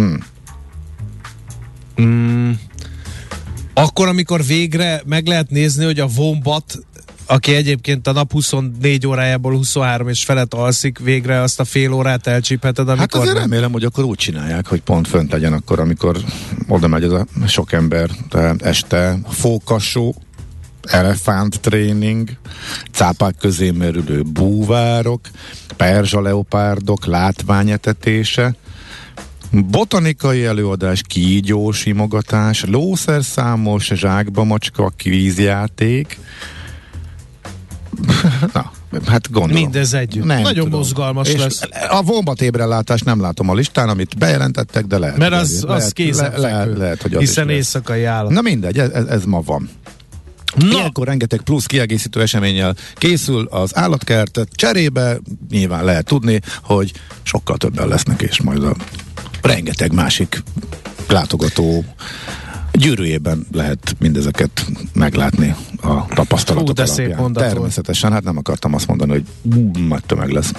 Akkor, amikor végre meg lehet nézni, hogy a Wombat, aki egyébként a nap 24 órájából 23 és felett alszik, végre azt a fél órát elcsípheted, amikor... Hát azért remélem, hogy akkor úgy csinálják, hogy pont fönt legyen akkor, amikor oda megy az a sok ember este, fókassó, elefánt tréning, cápák közé merülő búvárok, perzsaleopárdok látványetetése, botanikai előadás, kígyó simogatás, lószerszámos, zsákba macska, kvízjáték. Na, hát gondolom. Mindez együtt. Nem nagyon tudom. mozgalmas és lesz. A Wombat ébrelátást nem látom a listán, amit bejelentettek, de lehet. Mert az kézenfekvő, lehet, hogy az hiszen éjszakai állat. Na mindegy, ez ma van. Ilyenkor rengeteg plusz kiegészítő eseménnyel készül az állatkert, cserébe nyilván lehet tudni, hogy sokkal többen lesznek, és majd a rengeteg másik látogató gyűrűjében lehet mindezeket meglátni a tapasztalatok alapján. Természetesen, hát nem akartam azt mondani, hogy nagy tömeg lesz.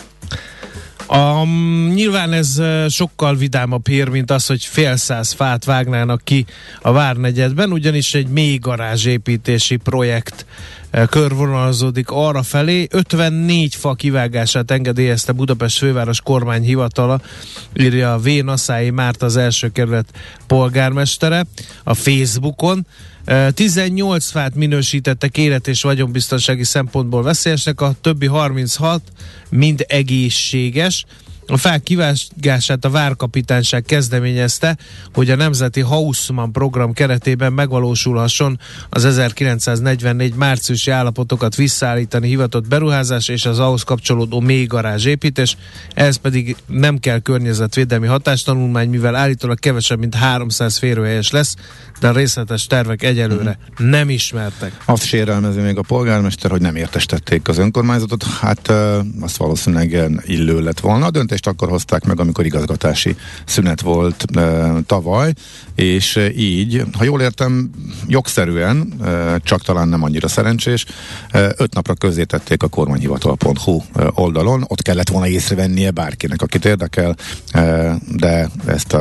Nyilván ez sokkal vidámabb hír, mint az, hogy fél száz fát vágnának ki a Várnegyedben, ugyanis egy mély garázsépítési projekt körvonalazódik arra felé. 54 fa kivágását engedélyezte Budapest főváros kormányhivatala, írja a V-Naszályi Márta, az első kerület polgármestere a Facebookon. 18 fát minősítettek élet- és vagyonbiztonsági szempontból veszélyesnek, a többi 36 mind egészséges. A fák kivágását a Várkapitányság kezdeményezte, hogy a Nemzeti Haussmann program keretében megvalósulhasson az 1944 márciusi állapotokat visszaállítani hivatott beruházás és az ahhoz kapcsolódó mély garázsépítés. Ehhez pedig nem kell környezetvédelmi hatástanulmány, mivel állítólag kevesebb, mint 300 férőhelyes lesz, de a részletes tervek egyelőre nem ismertek. Azt sérelmezi még a polgármester, hogy nem értestették az önkormányzatot, hát azt valószínűleg illő lett volna. A döntést akkor hozták meg, amikor igazgatási szünet volt tavaly, és így, ha jól értem, jogszerűen, csak talán nem annyira szerencsés, 5 napra közzétették a kormányhivatal.hu oldalon, ott kellett volna észrevennie bárkinek, akit érdekel, de ezt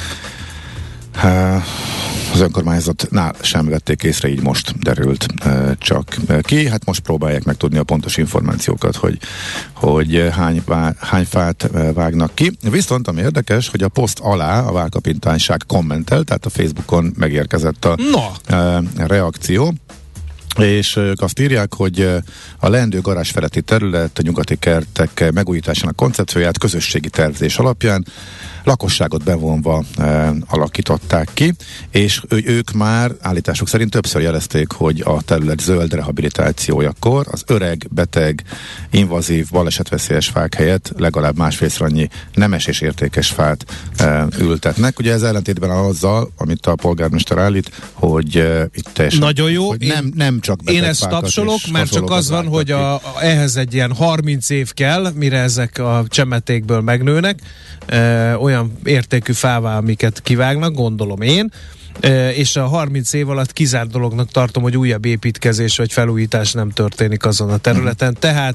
az önkormányzatnál sem vették észre, így most derült csak ki. Hát most próbálják megtudni a pontos információkat, hogy hány fát vágnak ki. Viszont ami érdekes, hogy a poszt alá a Várkapitányság kommentel, tehát a Facebookon megérkezett a reakció, és ők azt írják, hogy a leendő garázs feletti terület a nyugati kertek megújításának koncepcióját közösségi tervezés alapján lakosságot bevonva alakították ki, és ők már állításuk szerint többször jelezték, hogy a terület zöld rehabilitációjakor az öreg, beteg, invazív, balesetveszélyes fák helyett legalább másfélszer annyi nemes és értékes fát ültetnek. Ugye ez ellentétben azzal, amit a polgármester állít, hogy itt teljesen... Nagyon jó. Hogy nem csak beteg. Én ezt tapsolok, mert csak az van, hogy ehhez egy ilyen 30 év kell, mire ezek a csemetékből megnőnek, olyan értékű fává, amiket kivágnak, gondolom én, és a 30 év alatt kizárt dolognak tartom, hogy újabb építkezés vagy felújítás nem történik azon a területen, tehát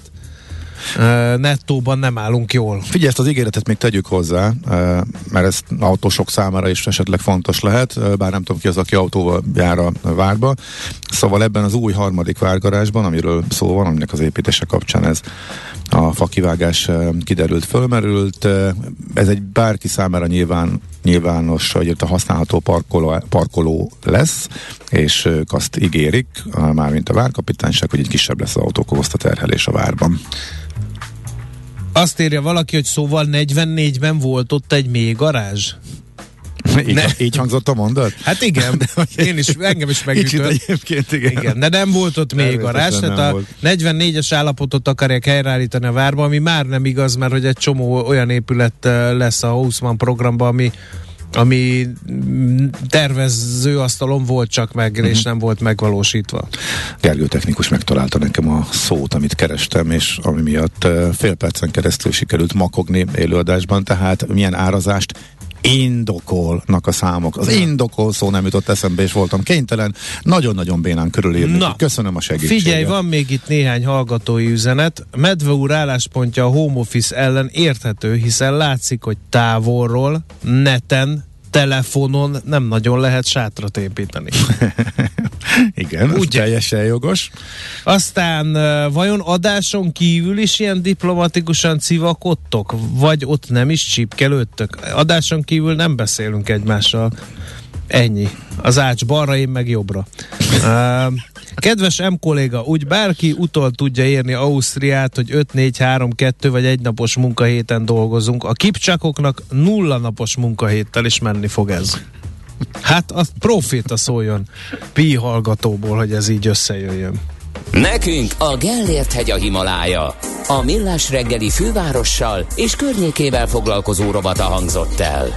nettóban nem állunk jól. Figyelj, ezt az ígéretet még tegyük hozzá, mert ez autósok számára is esetleg fontos lehet, bár nem tudom ki az, aki autóval jár a várba. Szóval ebben az új harmadik várgarázsban, amiről szó van, aminek az építése kapcsán ez a fakivágás kiderült, fölmerült. Ez egy bárki számára nyilvános, hogy itt a használható parkoló lesz, és ők azt ígérik, mármint a Várkapitányság, hogy egy kisebb lesz az autók okozta terhelés a várban. Azt írja valaki, hogy szóval 44-ben volt ott egy mély garázs? Így hangzott a mondat? Hát igen, engem is megütött. Egyébként igen. De nem volt ott mély garázs, tehát a 44-es állapotot akarják helyreállítani a várba, ami már nem igaz, mert hogy egy csomó olyan épület lesz a Haussmann programban, ami ami tervezőasztalon volt csak meg, és nem volt megvalósítva. Gergő technikus megtalálta nekem a szót, amit kerestem, és ami miatt fél percen keresztül sikerült makogni élőadásban, tehát milyen árazást indokolnak a számok. Az indokol szó nem jutott eszembe, és voltam kénytelen nagyon-nagyon bénán körülírni. Köszönöm a segítséget. Figyelj, van még itt néhány hallgatói üzenet. Medve úr álláspontja a home office ellen érthető, hiszen látszik, hogy távolról, neten, telefonon nem nagyon lehet sátrat építeni. Igen, ez teljesen jogos. Aztán vajon adáson kívül is ilyen diplomatikusan civakodtok? Vagy ott nem is csípkelődtök? Adáson kívül nem beszélünk egymással. Ennyi. Az ács balra, én meg jobbra. Kedves M kolléga, úgy bárki utol tudja érni Ausztriát, hogy 5-4-3-2 vagy egynapos munkahéten dolgozunk. A kipcsákoknak 0 napos munkahéttel is menni fog ez. Hát a proféta szóljon Pi hallgatóból, hogy ez így összejöjjön. Nekünk a Gellért hegy a Himalája. A Millás reggeli fővárossal és környékével foglalkozó rovata hangzott el.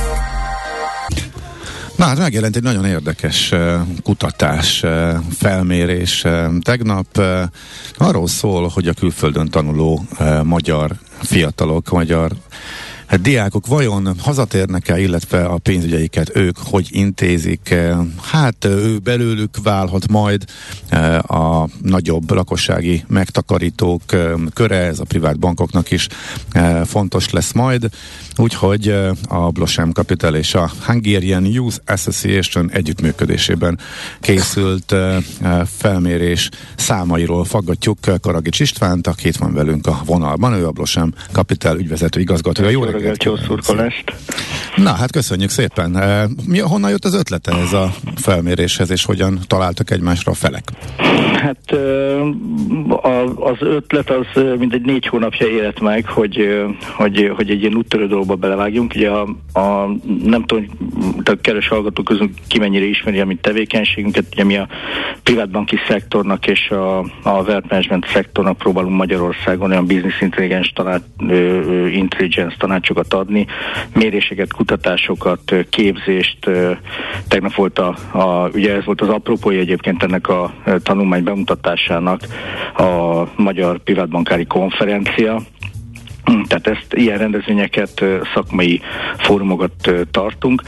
Na hát megjelent egy nagyon érdekes kutatás, felmérés tegnap. Arról szól, hogy a külföldön tanuló magyar fiatalok, magyar diákok vajon hazatérnek-e, illetve a pénzügyeiket ők hogy intézik? Hát ő belőlük válhat majd a nagyobb lakossági megtakarítók köre, ez a privát bankoknak is fontos lesz majd. Úgyhogy a Blossom Capital és a Hungarian Youth Association együttműködésében készült felmérés számairól faggatjuk Karagics Istvánt, aki itt van velünk a vonalban, ő a Blossom Capital ügyvezető igazgatója. Jó reggelt! Jó szurkolást! Na, hát köszönjük szépen! Honnan jött az ötlete ez a felméréshez, és hogyan találtak egymásra a felek? Hát az ötlet az mindegy 4 hónapja élet meg, hogy egy ilyen úttörő dologba belevágjunk. Ugye nem tudom, a keres hallgatók közül ki mennyire ismeri a mi tevékenységünket, ugye mi a privátbanki szektornak és a wealth management szektornak próbálunk Magyarországon olyan business intelligence tanácsokat adni, méréseket, kutatásokat, képzést. Tegnap volt ugye ez volt az apropója egyébként ennek a tanulmány bemutatásának a Magyar Privátbankári Konferencia. Tehát ilyen rendezvényeket, szakmai fórumokat tartunk.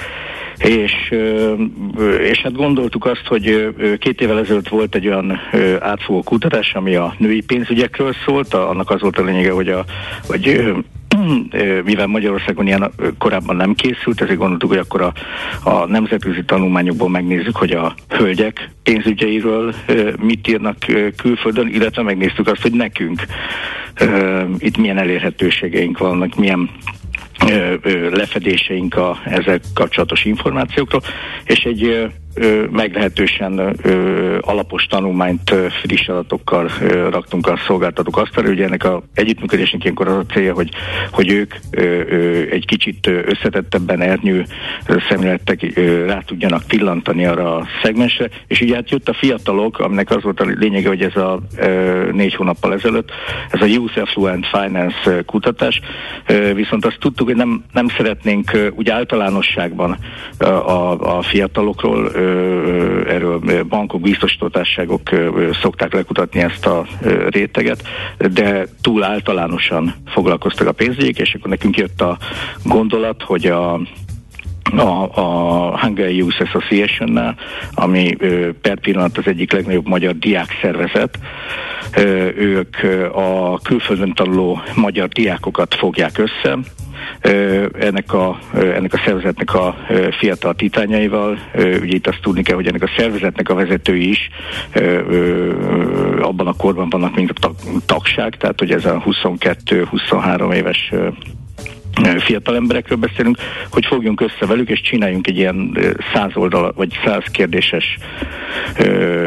És hát gondoltuk azt, hogy 2 évvel ezelőtt volt egy olyan átfogó kutatás, ami a női pénzügyekről szólt, annak az volt a lényege, hogy mivel Magyarországon ilyen korábban nem készült, ezért gondoltuk, hogy akkor a nemzetközi tanulmányokból megnézzük, hogy a hölgyek pénzügyeiről mit írnak külföldön, illetve megnéztük azt, hogy nekünk itt milyen elérhetőségeink vannak, milyen lefedéseink ezzel kapcsolatos információkról, és egy meglehetősen alapos tanulmányt friss adatokkal raktunk a szolgáltatók asztalra. Ugye ennek az együttműködésnek ilyenkor az a célja, hogy ők egy kicsit összetettebben ernyő szemléletek rá tudjanak pillantani arra a szegmensre, és ugye hát jött a fiatalok, aminek az volt a lényege, hogy ez a 4 hónappal ezelőtt, ez a Youth Affluent Finance kutatás, viszont azt tudtuk, hogy nem szeretnénk úgy általánosságban a fiatalokról, erről bankok, biztosítótársaságok szokták lekutatni ezt a réteget, de túl általánosan foglalkoztak a pénzügyek, és akkor nekünk jött a gondolat, hogy a Hungarian Youth Association-nál, ami per pillanat az egyik legnagyobb magyar diákszervezet, ők a külföldön tanuló magyar diákokat fogják össze, ennek a szervezetnek a fiatal titányaival. Ugye itt azt tudni kell, hogy ennek a szervezetnek a vezetői is abban a korban vannak, mint a tagság, tehát hogy ez a 22-23 éves fiatal emberekről beszélünk, hogy fogjunk össze velük, és csináljunk egy ilyen 100 oldal, vagy 100 kérdéses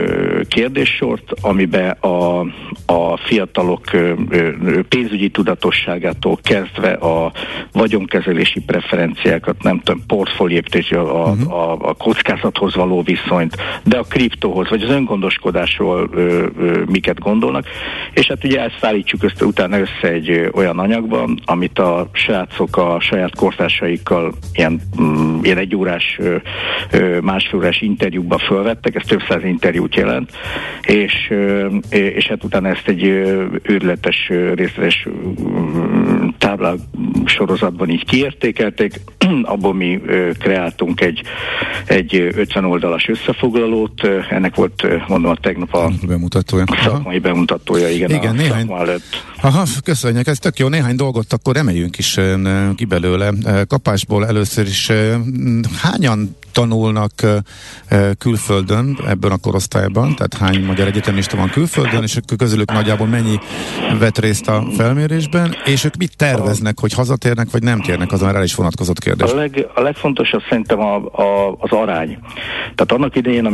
kérdéssort, amiben a fiatalok pénzügyi tudatosságától kezdve a vagyonkezelési preferenciákat, nem tudom, portfólióépítés, a kockázathoz való viszonyt, de a kriptóhoz, vagy az öngondoskodásról miket gondolnak, és hát ugye ezt állítjuk utána össze egy olyan anyagban, amit a srácok a saját kortársaikkal ilyen egyórás, másfélórás interjúkba fölvettek, ez több száz interjút jelent, és hát utána ezt egy őrületes, részletes táblák sorozatban így kiértékelték, abból mi kreáltunk egy 50 oldalas összefoglalót, ennek volt, mondom, a tegnap a szakmai bemutatója, igen néhány, aha, köszönjük, ez tök jó, néhány dolgot akkor emeljünk is ki belőle. Kapásból először is hányan tanulnak külföldön ebben a korosztályban, tehát hány magyar egyetemista van külföldön, és közülük nagyjából mennyi vett részt a felmérésben, és ők mit terveznek, hogy hazatérnek, vagy nem térnek, az már el is vonatkozott kérdés. A legfontosabb szerintem az arány. Tehát annak idején,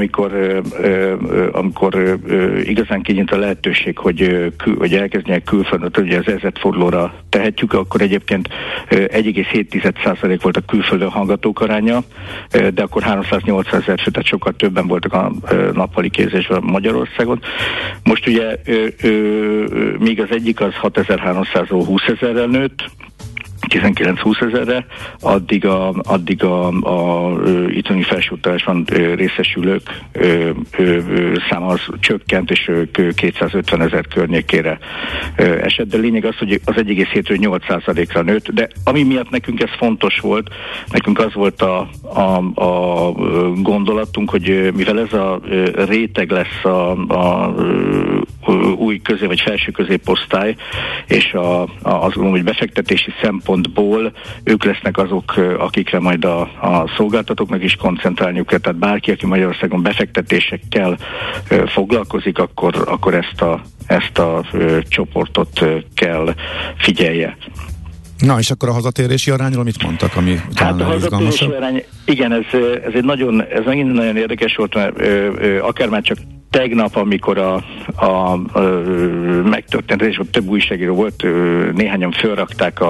amikor igazán kinyílt a lehetőség, hogy elkezdjenek külföldön, ugye az ezredfordulóra tehetjük, akkor egyébként 1,7% volt a külföldön hallgatók aránya, de akkor 380 000 fő, tehát sokkal többen voltak a nappali képzésben Magyarországon. Most ugye még az egyik az 6300-ról 20 000-rel nőtt, 19-20 000-re, addig a itthoni felsőoktatásban részesülők száma az csökkent, és ők 250 000 környékére esett, de lényeg az, hogy az 1,7-ről 8%-ra nőtt, de ami miatt nekünk ez fontos volt, nekünk az volt a gondolatunk, hogy mivel ez a réteg lesz a új vagy felső középosztály, és azt gondolom, hogy befektetési szempontból ők lesznek azok, akikre majd a szolgáltatóknak is koncentrálniuk kell, tehát bárki, aki Magyarországon befektetésekkel foglalkozik, akkor ezt a csoportot kell figyelje. Na, és akkor a hazatérési arányról mit mondtak, ami talán a hazatérési arány, igen, ez megint nagyon érdekes volt, mert akár már csak tegnap, amikor megtörtént, és ott több újságíró volt, néhányan fölrakták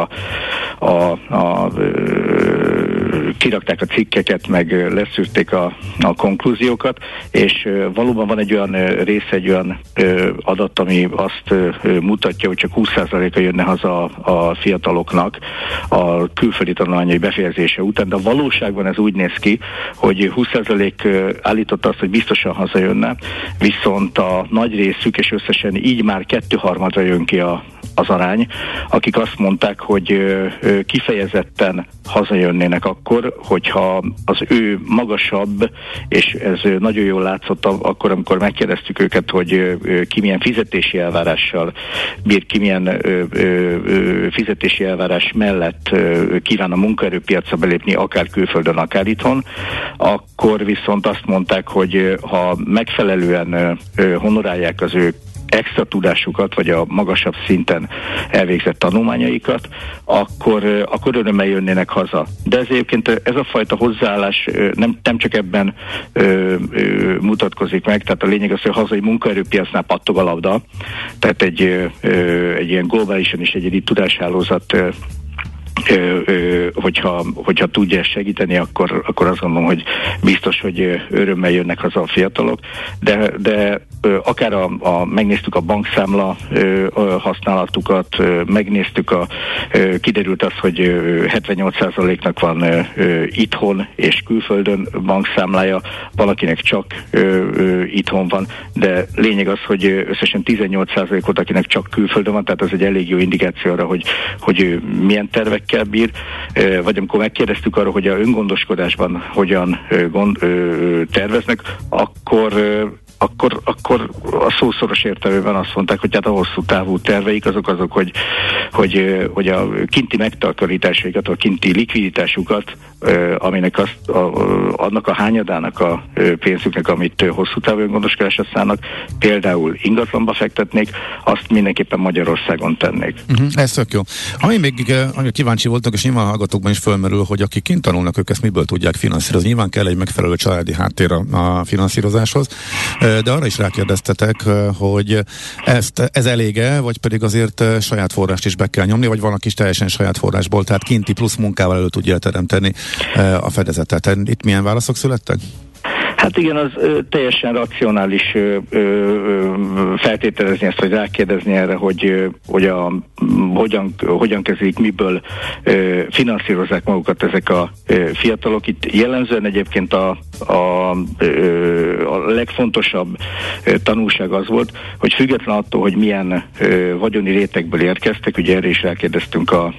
kirakták a cikkeket, meg leszűrték a konklúziókat, és valóban van egy olyan része, egy olyan adat, ami azt mutatja, hogy csak 20%-a jönne haza a fiataloknak a külföldi tanulmányai befejezése után, de a valóságban ez úgy néz ki, hogy 20% állította azt, hogy biztosan hazajönne, viszont a nagy részük, és összesen így már 2/3 jön ki az arány, akik azt mondták, hogy kifejezetten hazajönnének akkor, hogyha az ő magasabb, és ez nagyon jól látszott akkor, amikor megkérdeztük őket, hogy ki milyen fizetési elvárással bír, ki milyen fizetési elvárás mellett kíván a munkaerőpiacra belépni, akár külföldön, akár itthon, akkor viszont azt mondták, hogy ha megfelelően honorálják az ő extra tudásukat, vagy a magasabb szinten elvégzett tanulmányaikat, akkor örömmel jönnének haza. De ez egyébként ez a fajta hozzáállás nem csak ebben mutatkozik meg, tehát a lényeg az, hogy a hazai munkaerőpiacnál pattog a labda, tehát egy ilyen globálisan is egy tudáshálózat hogyha tudja segíteni, akkor azt gondolom, hogy biztos, hogy örömmel jönnek haza a fiatalok, de akár megnéztük a bankszámla használatukat, megnéztük kiderült az, hogy 78%-nak van itthon és külföldön bankszámlája, valakinek csak itthon van, de lényeg az, hogy összesen 18% volt, akinek csak külföldön van, tehát ez egy elég jó indikáció arra, hogy milyen tervekkel bír, vagy amikor megkérdeztük arra, hogy a öngondoskodásban hogyan terveznek, akkor a szószoros értelmében azt mondták, hogy hát a hosszú távú terveik azok, hogy a kinti megtakarításaikat, a kinti likviditásukat, aminek annak a hányadának a pénzüknek, amit hosszú távú öngondoskodásra szánnak, például ingatlanba fektetnék, azt mindenképpen Magyarországon tennék. Ez tök jó. Ami kíváncsi voltak, és nyilván hallgatókban is fölmerül, hogy akik kint tanulnak, ők ezt miből tudják finanszírozni. Nyilván kell egy megfelelő családi háttér a finanszírozáshoz. De arra is rákérdeztetek, hogy ez elége, vagy pedig azért saját forrást is be kell nyomni, vagy van is teljesen saját forrásból, tehát kinti plusz munkával elő tudja teremteni a fedezetet. Itt milyen válaszok születtek? Hát igen, az teljesen racionális feltételezni ezt, vagy rákérdezni erre, hogy hogyan kezdik, miből finanszírozzák magukat ezek a fiatalok. Itt jellemzően egyébként a legfontosabb tanulság az volt, hogy független attól, hogy milyen vagyoni rétegből érkeztek, ugye erre is rákérdeztünk a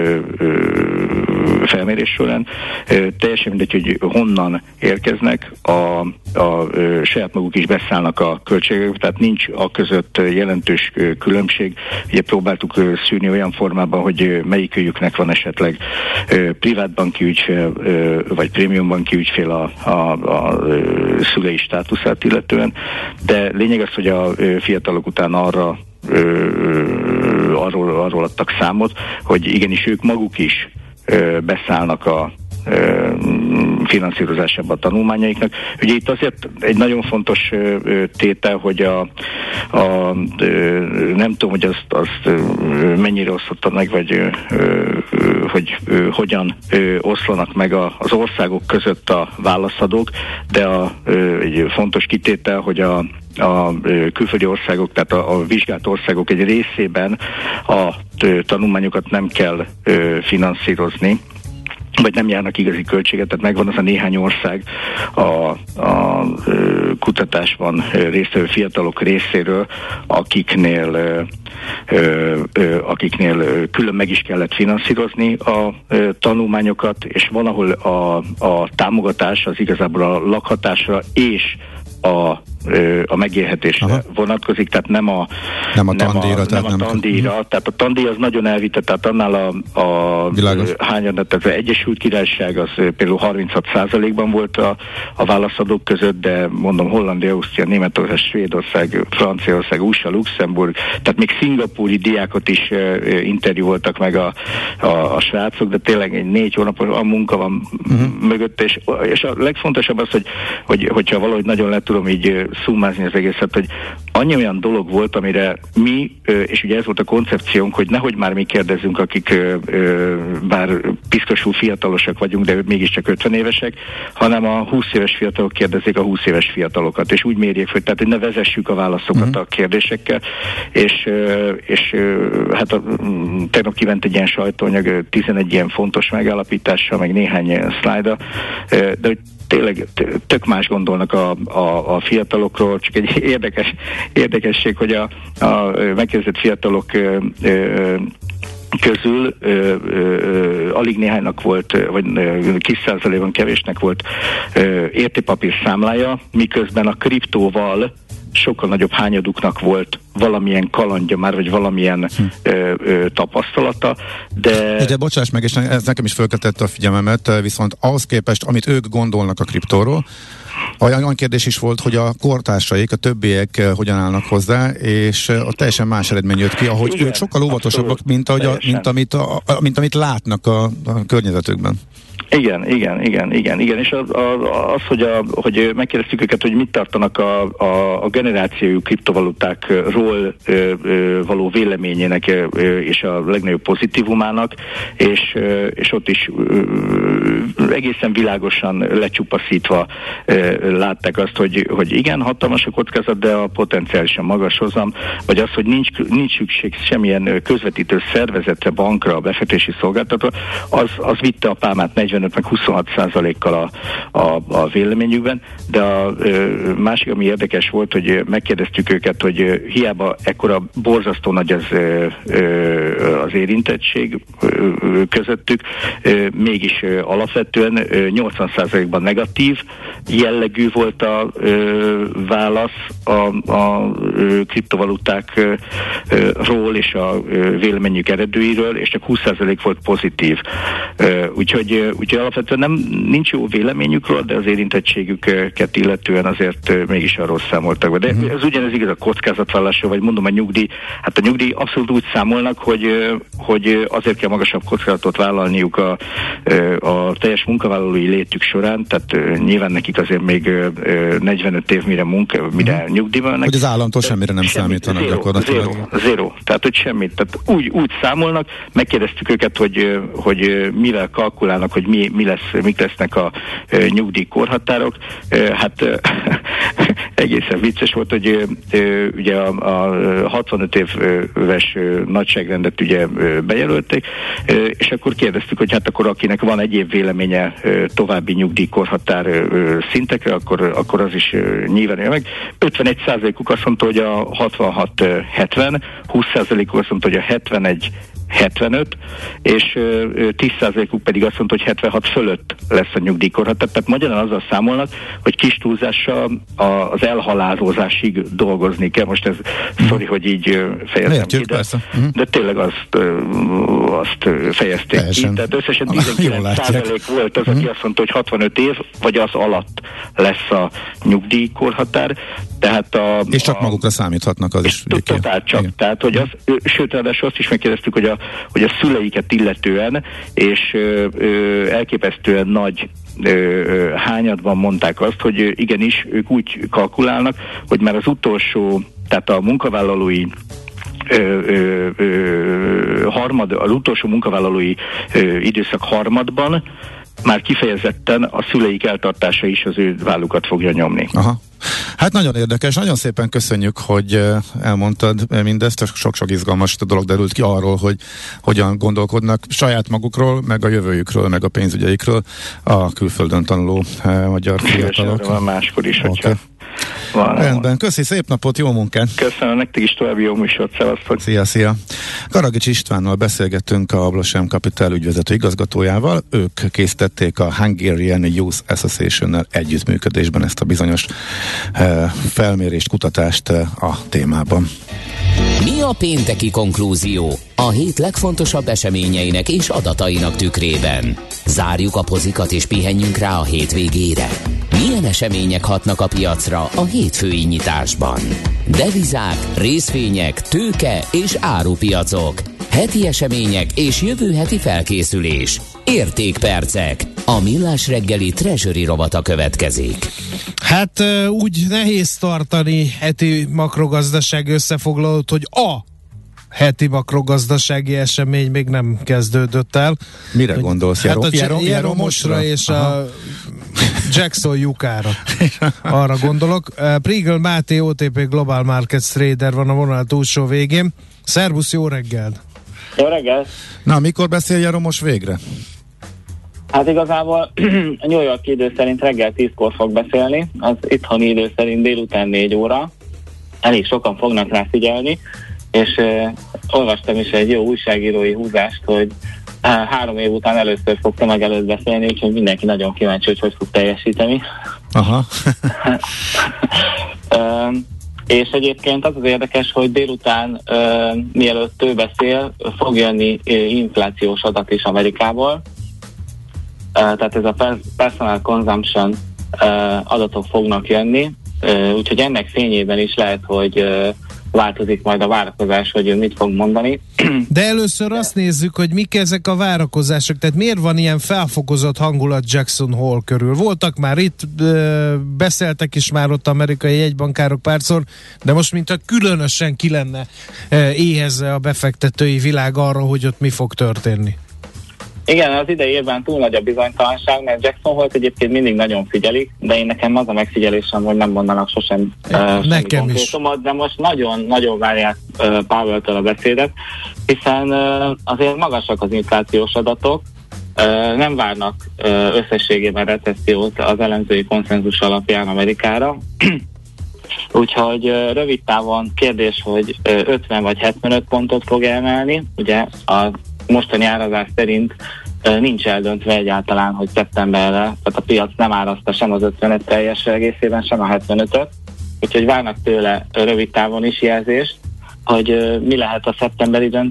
felmérés során, teljesen mindegy, hogy honnan érkeznek, a saját maguk is beszállnak a költségek, tehát nincs a között jelentős különbség. Ugye próbáltuk szűrni olyan formában, hogy melyikőjüknek van esetleg privát banki ügyfél, vagy prémium banki ügyfél a szülei státuszát illetően, de lényeg az, hogy a fiatalok után arról adtak számot, hogy igenis ők maguk is beszállnak a finanszírozásába a tanulmányaiknak. Ugye itt azért egy nagyon fontos tétel, hogy nem tudom, hogy azt mennyire osztotta meg, vagy hogy hogyan oszlanak meg az országok között a válaszadók, de egy fontos kitétel, hogy a külföldi országok, tehát a vizsgált országok egy részében a tanulmányokat nem kell finanszírozni, vagy nem járnak igazi költséget, tehát megvan az a néhány ország a kutatásban résztvevő fiatalok részéről, akiknél külön meg is kellett finanszírozni a tanulmányokat, és van, ahol a támogatás az igazából a lakhatásra és a megélhetésre vonatkozik, tehát nem a tandíjra. Tehát a tandíj az nagyon elvitett, tehát annál a hányadat, tehát az Egyesült Királyság az például 36%-ban volt a válaszadók között, de mondom Hollandia, Ausztria, Németország, Svédország, Franciaország, USA, Luxemburg, tehát még szingapúri diákot is interjúoltak meg a srácok, de tényleg egy 4 hónapos a munka van mögött, és a legfontosabb az, hogyha valahogy nagyon le tudom így szummázni az egészet, hogy annyi olyan dolog volt, amire mi, és ugye ez volt a koncepciónk, hogy nehogy már mi kérdezzünk, akik bár piszkosul fiatalosak vagyunk, de mégiscsak 50 évesek, hanem a 20 éves fiatalok kérdezik a 20 éves fiatalokat, és úgy mérjék föl, tehát hogy ne vezessük a válaszokat a kérdésekkel, és hát tegnap kiment egy ilyen sajtóanyag 11 ilyen fontos megállapítással, meg néhány szlájda, de hogy tényleg tök más gondolnak a fiatalokról, csak egy érdekesség, hogy a megkérdezett fiatalok közül alig néhánynak volt, vagy kis százalékban kevésnek volt értékpapír számlája, miközben a kriptóval sokkal nagyobb hányaduknak volt valamilyen kalandja már, vagy valamilyen tapasztalata, de bocsáss meg, és ez nekem is fölkeltette a figyelmemet, viszont ahhoz képest, amit ők gondolnak a kriptóról, olyan kérdés is volt, hogy a kortársaik, a többiek hogyan állnak hozzá, és a teljesen más eredmény jött ki, ahogy igen, ők sokkal óvatosabbak, mint amit látnak a környezetükben. Igen. És az, hogy megkérdeztük őket, hogy mit tartanak a generációjú kriptovalutákról való véleményének és a legnagyobb pozitívumának, és ott is egészen világosan lecsupaszítva látták azt, hogy igen, hatalmas a kockázat, de a potenciálisan magas hozam, vagy az, hogy nincs szükség semmilyen közvetítő szervezetre, bankra, a befektetési szolgáltató, az vitte a pálmát 45-26%-kal a véleményükben, de a másik, ami érdekes volt, hogy megkérdeztük őket, hogy hiába ekkora borzasztó nagy az érintettség közöttük, mégis alapvetően 80%-ban negatív jellegű volt a válasz a kriptovalutákról és a véleményük eredőiről, és csak 20% volt pozitív. Úgyhogy úgyhogy alapvetően nincs jó véleményükről, de az érintettségüket illetően azért mégis arról számoltak be. De ez ugyanez igaz a kockázatvállalásra, vagy mondom a nyugdíj. Hát a nyugdíj abszolút úgy számolnak, hogy azért kell magasabb kockázatot vállalniuk a teljes munkavállalói létük során, tehát nyilván nekik azért még 45 év mire nyugdíjban mennek. Hogy az államtól semmire nem számítanak gyakorlatilag. Zero. Tehát, hogy semmit. Tehát úgy számolnak, megkérdeztük őket, hogy mivel kalkulálnak, hogy mik lesznek a nyugdíjkorhatárok. Hát egészen vicces volt, hogy ugye a 65 éves nagyságrendet ugye bejelölték, és akkor kérdeztük, hogy hát akkor akinek van egyéb véleménye további nyugdíjkorhatár szintekre, akkor az is nyilván meg. 51%-uk azt mondta, hogy a 66-70, 20%-uk azt mondta, hogy a 71-75, és 10%-uk pedig azt mondta, hogy 76 fölött lesz a nyugdíjkorhatár. Tehát magyarán azzal számolnak, hogy kis túlzással az elhalálozásig dolgozni kell. Most ez, sorry, hogy így fejezem ki, de tényleg azt fejezték ki. Tehát összesen 19% volt az, aki azt mondta, hogy 65 év, vagy az alatt lesz a nyugdíjkorhatár. Tehát és csak magukra számíthatnak az is. Totál csak. Igen. Tehát, hogy sőt, ráadásul azt is megkérdeztük, hogy a szüleiket illetően, és elképesztően nagy hányadban mondták azt, hogy igenis, ők úgy kalkulálnak, hogy már az utolsó, tehát a munkavállalói az utolsó munkavállalói időszak harmadban már kifejezetten a szüleik eltartása is az ő vállukat fogja nyomni. Aha. Hát nagyon érdekes, nagyon szépen köszönjük, hogy elmondtad mindezt, sok-sok izgalmas dolog derült ki arról, hogy hogyan gondolkodnak saját magukról, meg a jövőjükről, meg a pénzügyeikről a külföldön tanuló magyar fiatalok. Van máskor is, hogyha rendben, köszi, szép napot, jó munkát! Köszönöm, nektek is további jó műsort, szevasztok! Szia! Karagics Istvánnal beszélgettünk, a Blosem Capital ügyvezető igazgatójával. Ők készítették a Hungarian Youth Association-nel együttműködésben ezt a bizonyos felmérést, kutatást a témában. Mi a pénteki konklúzió a hét legfontosabb eseményeinek és adatainak tükrében? Zárjuk a pozikat és pihenjünk rá a hétvégére. Milyen események hatnak a piacra a hétfői nyitásban? Devizák, részvények, tőke és árupiacok. Heti események és jövő heti felkészülés. Értékpercek. A Millás reggeli Treasury rovata következik. Hát úgy nehéz tartani heti makrogazdaság összefoglalót, hogy a heti makrogazdasági esemény még nem kezdődött el. Mire gondolsz? Hát a Jeromosra és a Jackson lyukára. Arra gondolok. Priegel Máté, OTP Global Markets Trader van a vonal túlsó végén. Szervusz, jó reggelt! Jó reggelt! Na, mikor beszél Jeromos végre? Hát igazából a New York idő szerint reggel 10-kor fog beszélni, az itthoni idő szerint délután 4 óra. Elég sokan fognak rá figyelni, és olvastam is egy jó újságírói húzást, hogy 3 év után először fog tömeg előtt beszélni, úgyhogy mindenki nagyon kíváncsi, hogy fog teljesíteni. Aha. És egyébként az érdekes, hogy délután, mielőtt ő beszél, fog jönni inflációs adat is Amerikából. Tehát ez a personal consumption adatok fognak jönni, úgyhogy ennek fényében is lehet, hogy változik majd a várakozás, hogy ő mit fog mondani. De először azt nézzük, hogy mik ezek a várakozások, tehát miért van ilyen felfokozott hangulat Jackson Hole körül? Voltak már itt, beszéltek is már ott amerikai jegybankárok párszor, de most mintha különösen ki lenne éhezve a befektetői világ arra, hogy ott mi fog történni. Igen, az idei évben túl nagy a bizonytalanság, mert Jackson Hole-t egyébként mindig nagyon figyelik, de én nekem az a megfigyelésem, hogy nem mondanak sosem semmi konkrétumot, de most nagyon-nagyon várják Powell-től a beszédet, hiszen azért magasak az inflációs adatok, nem várnak összességében recessziót az elemzői konszenzus alapján Amerikára, úgyhogy rövid távon kérdés, hogy 50 vagy 75 pontot fog emelni, ugye a mostani árazás szerint nincs eldöntve egyáltalán, hogy szeptemberre, tehát a piac nem árazta sem az 55 teljes egészében, sem a 75-öt, úgyhogy várnak tőle rövid távon is jelzést, hogy mi lehet a szeptemberi döntés,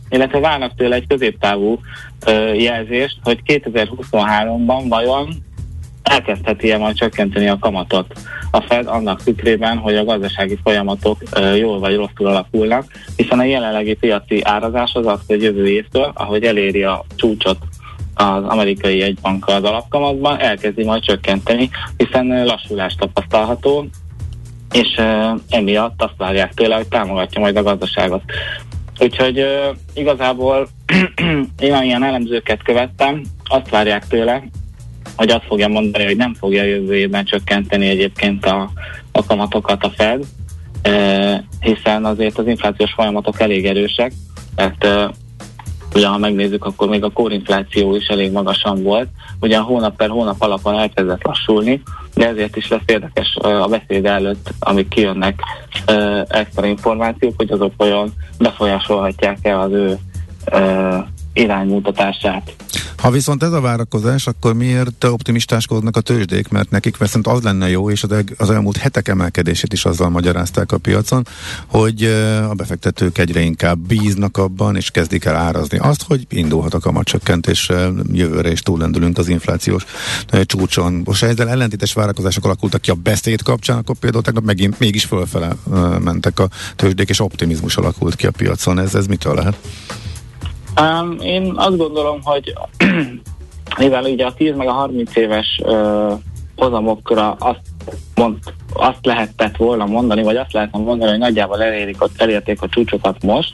illetve várnak tőle egy középtávú jelzést, hogy 2023-ban vajon elkezdheti-e majd csökkenteni a kamatot a Fed annak tükrében, hogy a gazdasági folyamatok jól vagy rosszul alakulnak, hiszen a jelenlegi piaci árazás az az, hogy jövő évtől, ahogy eléri a csúcsot az amerikai jegybank az alapkamatban, elkezdi majd csökkenteni, hiszen lassulás tapasztalható, és emiatt azt várják tőle, hogy támogatja majd a gazdaságot. Úgyhogy igazából én ilyen elemzőket követtem, azt várják tőle, hogy azt fogja mondani, hogy nem fogja jövő évben csökkenteni egyébként a kamatokat a Fed, hiszen azért az inflációs folyamatok elég erősek, tehát ugye ha megnézzük, akkor még a kórinfláció is elég magasan volt, ugyan hónap per hónap alapon elkezdett lassulni, de ezért is lesz érdekes a beszéd előtt, amik kijönnek extra információk, hogy azok olyan befolyásolhatják-e az ő iránymutatását. Ha viszont ez a várakozás, akkor miért optimistáskodnak a tőzsdék? Mert nekik viszont az lenne jó, és az elmúlt hetek emelkedését is azzal magyarázták a piacon, hogy a befektetők egyre inkább bíznak abban, és kezdik el árazni azt, hogy indulhat a kamatcsökkentés jövőre, és túllendülünk az inflációs csúcson. Most ezzel ellentétes várakozások alakultak ki a beszéd kapcsán, akkor például tegnap megint mégis fölfele mentek a tőzsdék, és optimizmus alakult ki a piacon. Ez mitől lehet? Én azt gondolom, hogy mivel ugye a 10 meg a 30 éves hozamokra azt lehetett volna mondani, vagy azt lehetne mondani, hogy nagyjából elérték a csúcsokat most,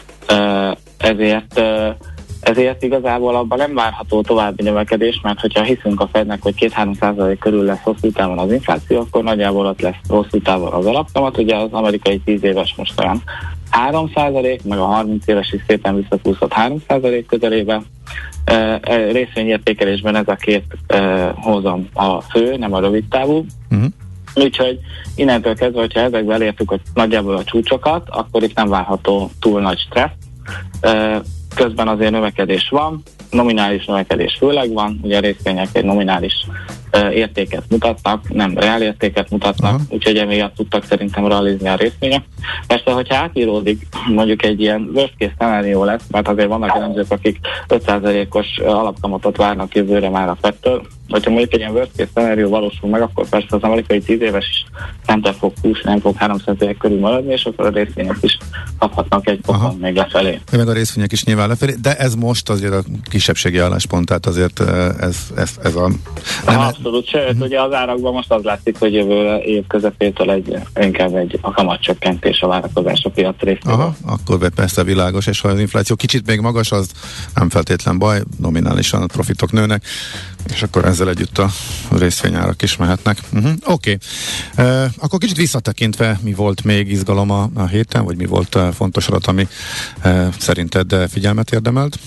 ezért igazából abban nem várható további növekedés, mert hogyha hiszünk a Fednek, hogy 2-3% körül lesz hosszú távon az infláció, akkor nagyjából ott lesz hosszú távon az alapkamat, ugye az amerikai 10 éves most olyan 3%, meg a 30 éves is szépen visszakúszott 3% közelébe. Részvényértékelésben ez a két hozam a fő, nem a rövid távú. Úgyhogy innentől kezdve, hogyha ezekbe elértük nagyjából a csúcsokat, akkor itt nem várható túl nagy stressz. Közben azért növekedés van, nominális növekedés főleg van, ugye a részvények egy nominális értéket mutatnak, nem reál értéket mutatnak, úgyhogy emiatt tudtak szerintem realizni a részvények. Persze, hogyha átíródik, mondjuk egy ilyen worst case szenárió lesz, mert azért vannak elemzők, akik 5%-os alapkamatot várnak jövőre már a Fedtől. Hogyha mondjuk egy ilyen worst case szenárió valósul meg, akkor persze az amerikai 10 éves is nem fog 20, nem fog 3% körül maradni, és akkor a részvények is kaphatnak egy pokon még lefelé. Meg a részvények is nyilván lefelé, de ez most azért a kisebbségi álláspont, tehát azért ez a... Abszolút, sőt, ugye az árakban most az látszik, hogy jövő év közepétől inkább a kamatcsökkentés a várakozás a piac részéről. Akkor persze világos, és ha az infláció kicsit még magas, az nem feltétlen baj, nominálisan a profitok nőnek, és akkor ezzel együtt a részvényárak is mehetnek. Oké. Akkor kicsit visszatekintve, mi volt még izgalom a héten, vagy mi volt fontos adat, ami szerinted figyelmet érdemelt?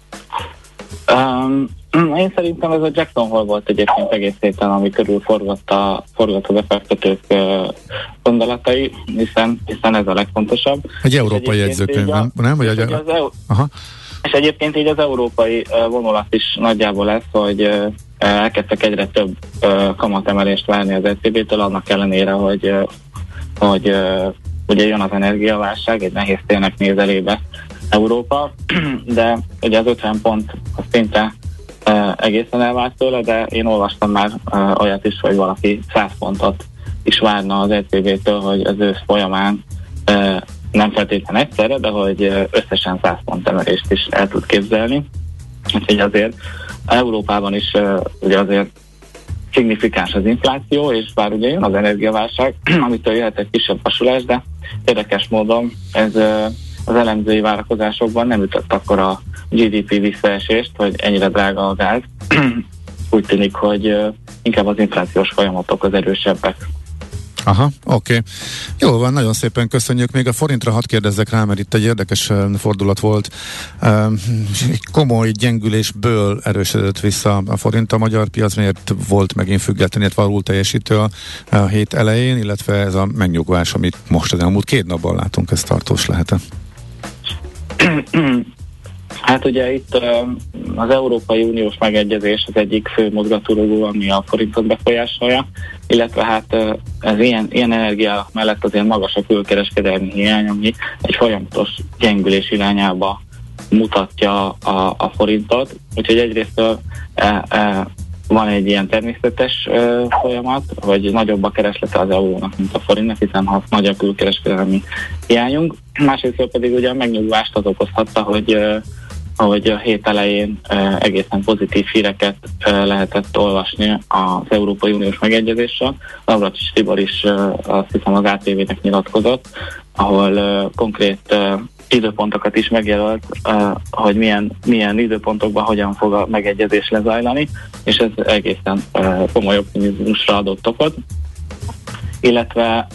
Én szerintem ez a Jackson Hole volt egyébként egész héten, ami körül forgott a befektetők gondolatai, hiszen ez a legfontosabb. Egy európai jegyzőkönyv, nem? És egyébként így az európai vonulat is nagyjából lesz, hogy elkezdtek egyre több kamatemelést várni az ECB-től, annak ellenére, hogy ugye jön az energiaválság, egy nehéz ténynek néz elébe Európa, de ugye az 50 pont az szinte egészen elvált tőle, de én olvastam már olyat is, hogy valaki 100 pontot is várna az ECB-től, hogy az ősz folyamán nem feltétlenül egyszerre, de hogy összesen 100 pont emelést is el tud képzelni. Úgyhogy azért Európában is ugye azért szignifikáns az infláció, és bár ugye jön az energiaválság, amitől jöhet egy kisebb vasulás, de érdekes módon ez az elemzői várakozásokban nem ütött akkor a GDP visszaesést, hogy ennyire drága a gáz. Úgy tűnik, hogy inkább az inflációs folyamatok az erősebbek. Oké. Jó van, nagyon szépen köszönjük. Még a forintra hadd kérdezzek rá, mert itt egy érdekes fordulat volt. Egy komoly gyengülésből erősödött vissza a forint. A magyar piac miért volt megint független, illetve alul teljesítő a hét elején, illetve ez a megnyugvás, amit most az elmúlt 2 napban látunk, ez tartós lehet-e? Hát ugye itt az Európai Uniós megegyezés az egyik fő mozgatórugó, ami a forintot befolyásolja, illetve hát ez ilyen energia mellett azért magas a külkereskedelmi hiány, ami egy folyamatos gyengülés irányába mutatja a forintot. Úgyhogy egyrészt van egy ilyen természetes folyamat, hogy nagyobb a kereslete az eurónak, mint a forintnak, hiszen ha nagy a külkereskedelmi hiányunk. Másrészt pedig ugye a megnyugvást az okozhatta, hogy a hét elején egészen pozitív híreket lehetett olvasni az Európai Uniós megegyezéssel. Navracsics Tibor is azt hiszem az ATV-nek nyilatkozott, ahol konkrét időpontokat is megjelölt, hogy milyen időpontokban hogyan fog a megegyezés lezajlani, és ez egészen komoly optimizmusra adott okot. Illetve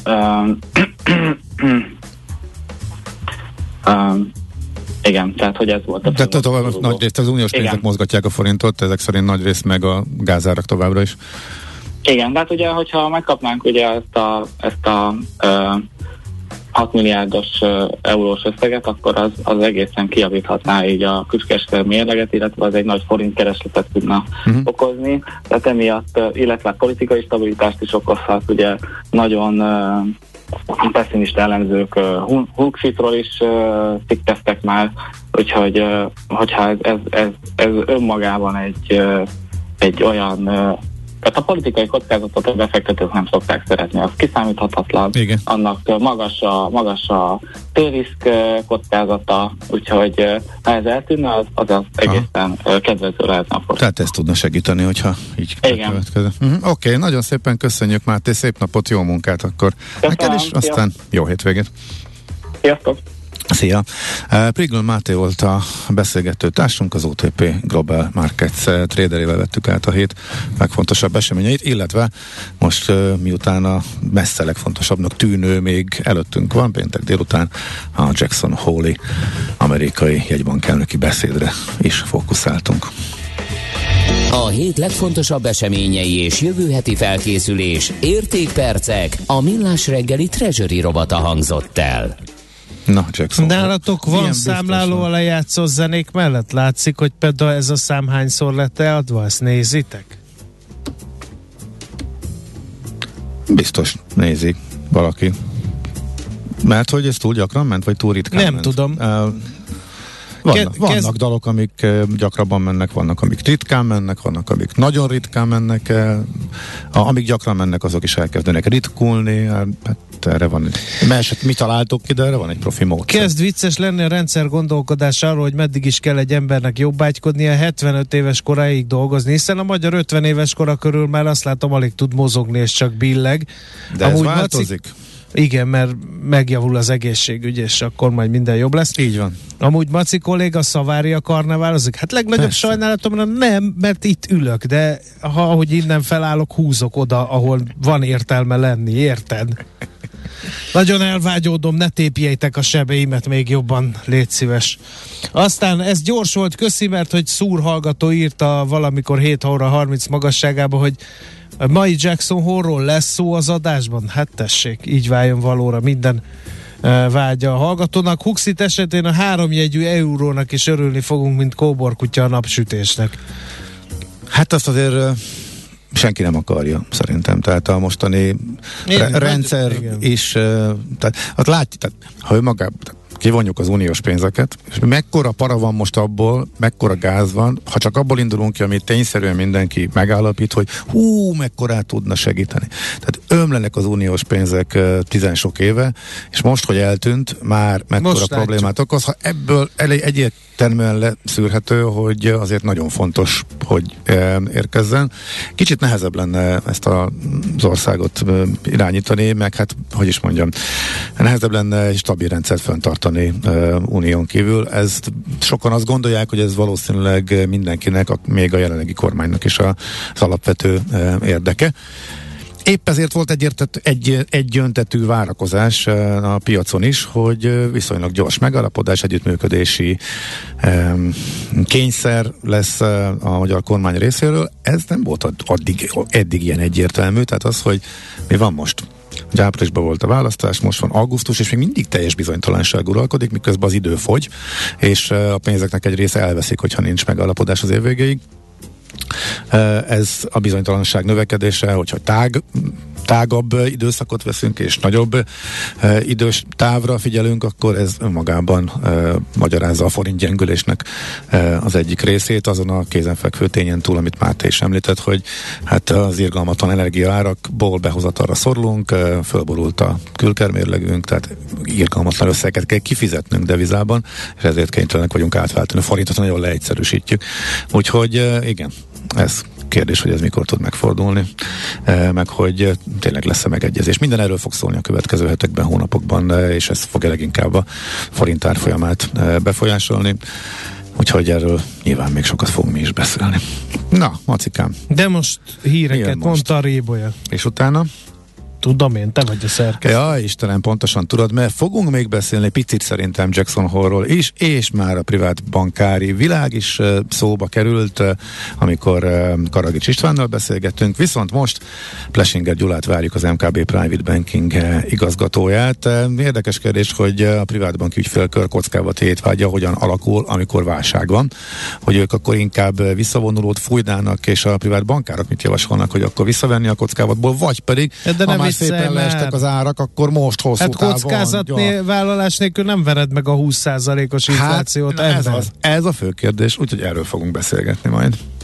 igen, tehát hogy ez volt a tehát nagyrészt az uniós pénzek mozgatják a forintot, ezek szerint nagyrészt meg a gázárak továbbra is. Igen, tehát ugye, hogyha megkapnánk ugye ezt a 6 milliárdos eurós összeget, akkor az egészen kijavíthatná így a külkereskedelmi mérleget, illetve az egy nagy forint keresletet tudna okozni. Tehát emiatt, illetve politikai stabilitást is okozhat, ugye nagyon pessimista elemzők Huxitról is cikkeztek már, úgyhogy hogyha ez önmagában egy olyan, tehát a politikai kockázatot a befektetők nem szokták szeretni, az kiszámíthatatlan. Igen. Annak magas a tőriszk kockázata, úgyhogy ha ez eltűnne, az egészen kedvező lehetne. Tehát ez tudna segíteni, hogyha így következő. Oké, nagyon szépen köszönjük, Máté, szép napot, jó munkát akkor neked is, aztán jó hétvégét. Sziasztok! Szia! Prigl Máté volt a beszélgető társunk, az OTP Global Markets traderével vettük át a hét legfontosabb eseményeit, illetve most miután a messze legfontosabbnak tűnő még előttünk van, péntek délután a Jackson Hole-i amerikai jegybankelnöki beszédre is fókuszáltunk. A hét legfontosabb eseményei és jövő heti felkészülés, értékpercek, a Millás reggeli Treasury rovata hangzott el. Na, Jackson. Nálatok van számláló a lejátszott zenék mellett? Látszik, hogy például ez a szám hányszor lett eladva? Ezt nézitek? Biztos nézi valaki. Mert hogy ez túl gyakran ment, vagy túl ritkán Nem ment? Tudom. Vannak dalok, amik gyakrabban mennek, vannak, amik ritkán mennek, vannak, amik nagyon ritkán mennek. Amik gyakran mennek, azok is elkezdenek ritkulni. Hát erre van, mert mi találtuk ki, de erre van egy profi módszer. Kezd vicces lenni a rendszer gondolkodás arról, hogy meddig is kell egy embernek jobbágykodnia 75 éves koráig dolgozni, hiszen a magyar 50 éves kora körül már azt látom, alig tud mozogni, és csak billeg. De amúgy ez változik? Igen, mert megjavul az egészségügy, és akkor majd minden jobb lesz. Így van. Amúgy Maci kolléga Szavária karneválozik? Hát legnagyobb sajnálatomra nem, mert itt ülök, de ahogy innen felállok, húzok oda, ahol van értelme lenni, érted? Nagyon elvágyódom, ne tépjétek a sebeimet még jobban, légy szíves. Aztán ez gyors volt, köszi, mert hogy Szúr hallgató írta valamikor 7 óra 30 magasságában, hogy a mai Jackson Hole-ról lesz szó az adásban? Hát tessék, így váljon valóra minden vágya a hallgatónak. Huxit esetén a 3 jegyű eurónak is örülni fogunk, mint kóborkutya a napsütésnek. Hát azt azért senki nem akarja, szerintem. Tehát a mostani rendszer is, tehát azt látja, tehát, ha önmagában kivonjuk az uniós pénzeket, és mekkora para van most abból, mekkora gáz van, ha csak abból indulunk ki, amit tényszerűen mindenki megállapít, hogy mekkorát tudna segíteni. Tehát ömlenek az uniós pénzek 10 sok éve, és most, hogy eltűnt, már mekkora problémát okoz. Ha ebből egyértelműen leszűrhető, hogy azért nagyon fontos, hogy érkezzen. Kicsit nehezebb lenne ezt az országot irányítani, meg hát, hogy is mondjam, nehezebb lenne egy stabil rendszert fenntartani unión kívül. Ezt sokan azt gondolják, hogy ez valószínűleg mindenkinek, még a jelenlegi kormánynak is az alapvető érdeke. Épp ezért volt egyöntetű várakozás a piacon is, hogy viszonylag gyors megállapodás, együttműködési kényszer lesz a magyar kormány részéről. Ez nem volt eddig ilyen egyértelmű, tehát az, hogy mi van most? Ugye áprilisban volt a választás, most van augusztus, és még mindig teljes bizonytalanság uralkodik, miközben az idő fogy, és a pénzeknek egy része elveszik, hogyha nincs megállapodás az év végéig. Ez a bizonytalanság növekedése, hogyha tágabb időszakot veszünk, és nagyobb idős távra figyelünk, akkor ez önmagában magyarázza a forint gyengülésnek az egyik részét, azon a kézenfekvő tényen túl, amit Máté is említett, hogy hát az irgalmatlan energiaárakból behozatalra szorulunk, fölborult a kültermérlegünk, tehát irgalmatlan összeget kell kifizetnünk devizában, és ezért kénytelenek vagyunk átváltani a forintot, nagyon leegyszerűsítjük. Úgyhogy igen, ez kérdés, hogy ez mikor tud megfordulni, meg hogy tényleg lesz-e megegyezés. Minden erről fog szólni a következő hetekben, hónapokban, és ez fogja leginkább a forint árfolyamát befolyásolni. Úgyhogy erről nyilván még sokat fogunk mi is beszélni. Na, Macikám. De most híreket mondta a Rébolya. És utána? Tudom én, te vagy a szerkesztő. Ja, Istenem, pontosan tudod, mert fogunk még beszélni picit szerintem Jackson Hole-ról is, és már a privát bankári világ is szóba került, amikor Karagics Istvánnal beszélgettünk, viszont most Plesinger Gyulát várjuk, az MKB Private Banking igazgatóját. Érdekes kérdés, hogy a privátbank ügyfélkör kockába tétvágya hogyan alakul, amikor válság van, hogy ők akkor inkább visszavonulót fújnának, és a privát bankárok mit javasolnak, hogy akkor visszavenni a kockávatból, vagy pedig szépen leestek az árak, akkor most hosszú távon. Hát kockázatvállalás nélkül nem vered meg a 20%-os inflációt. Hát, ez a fő kérdés, úgyhogy erről fogunk beszélgetni majd.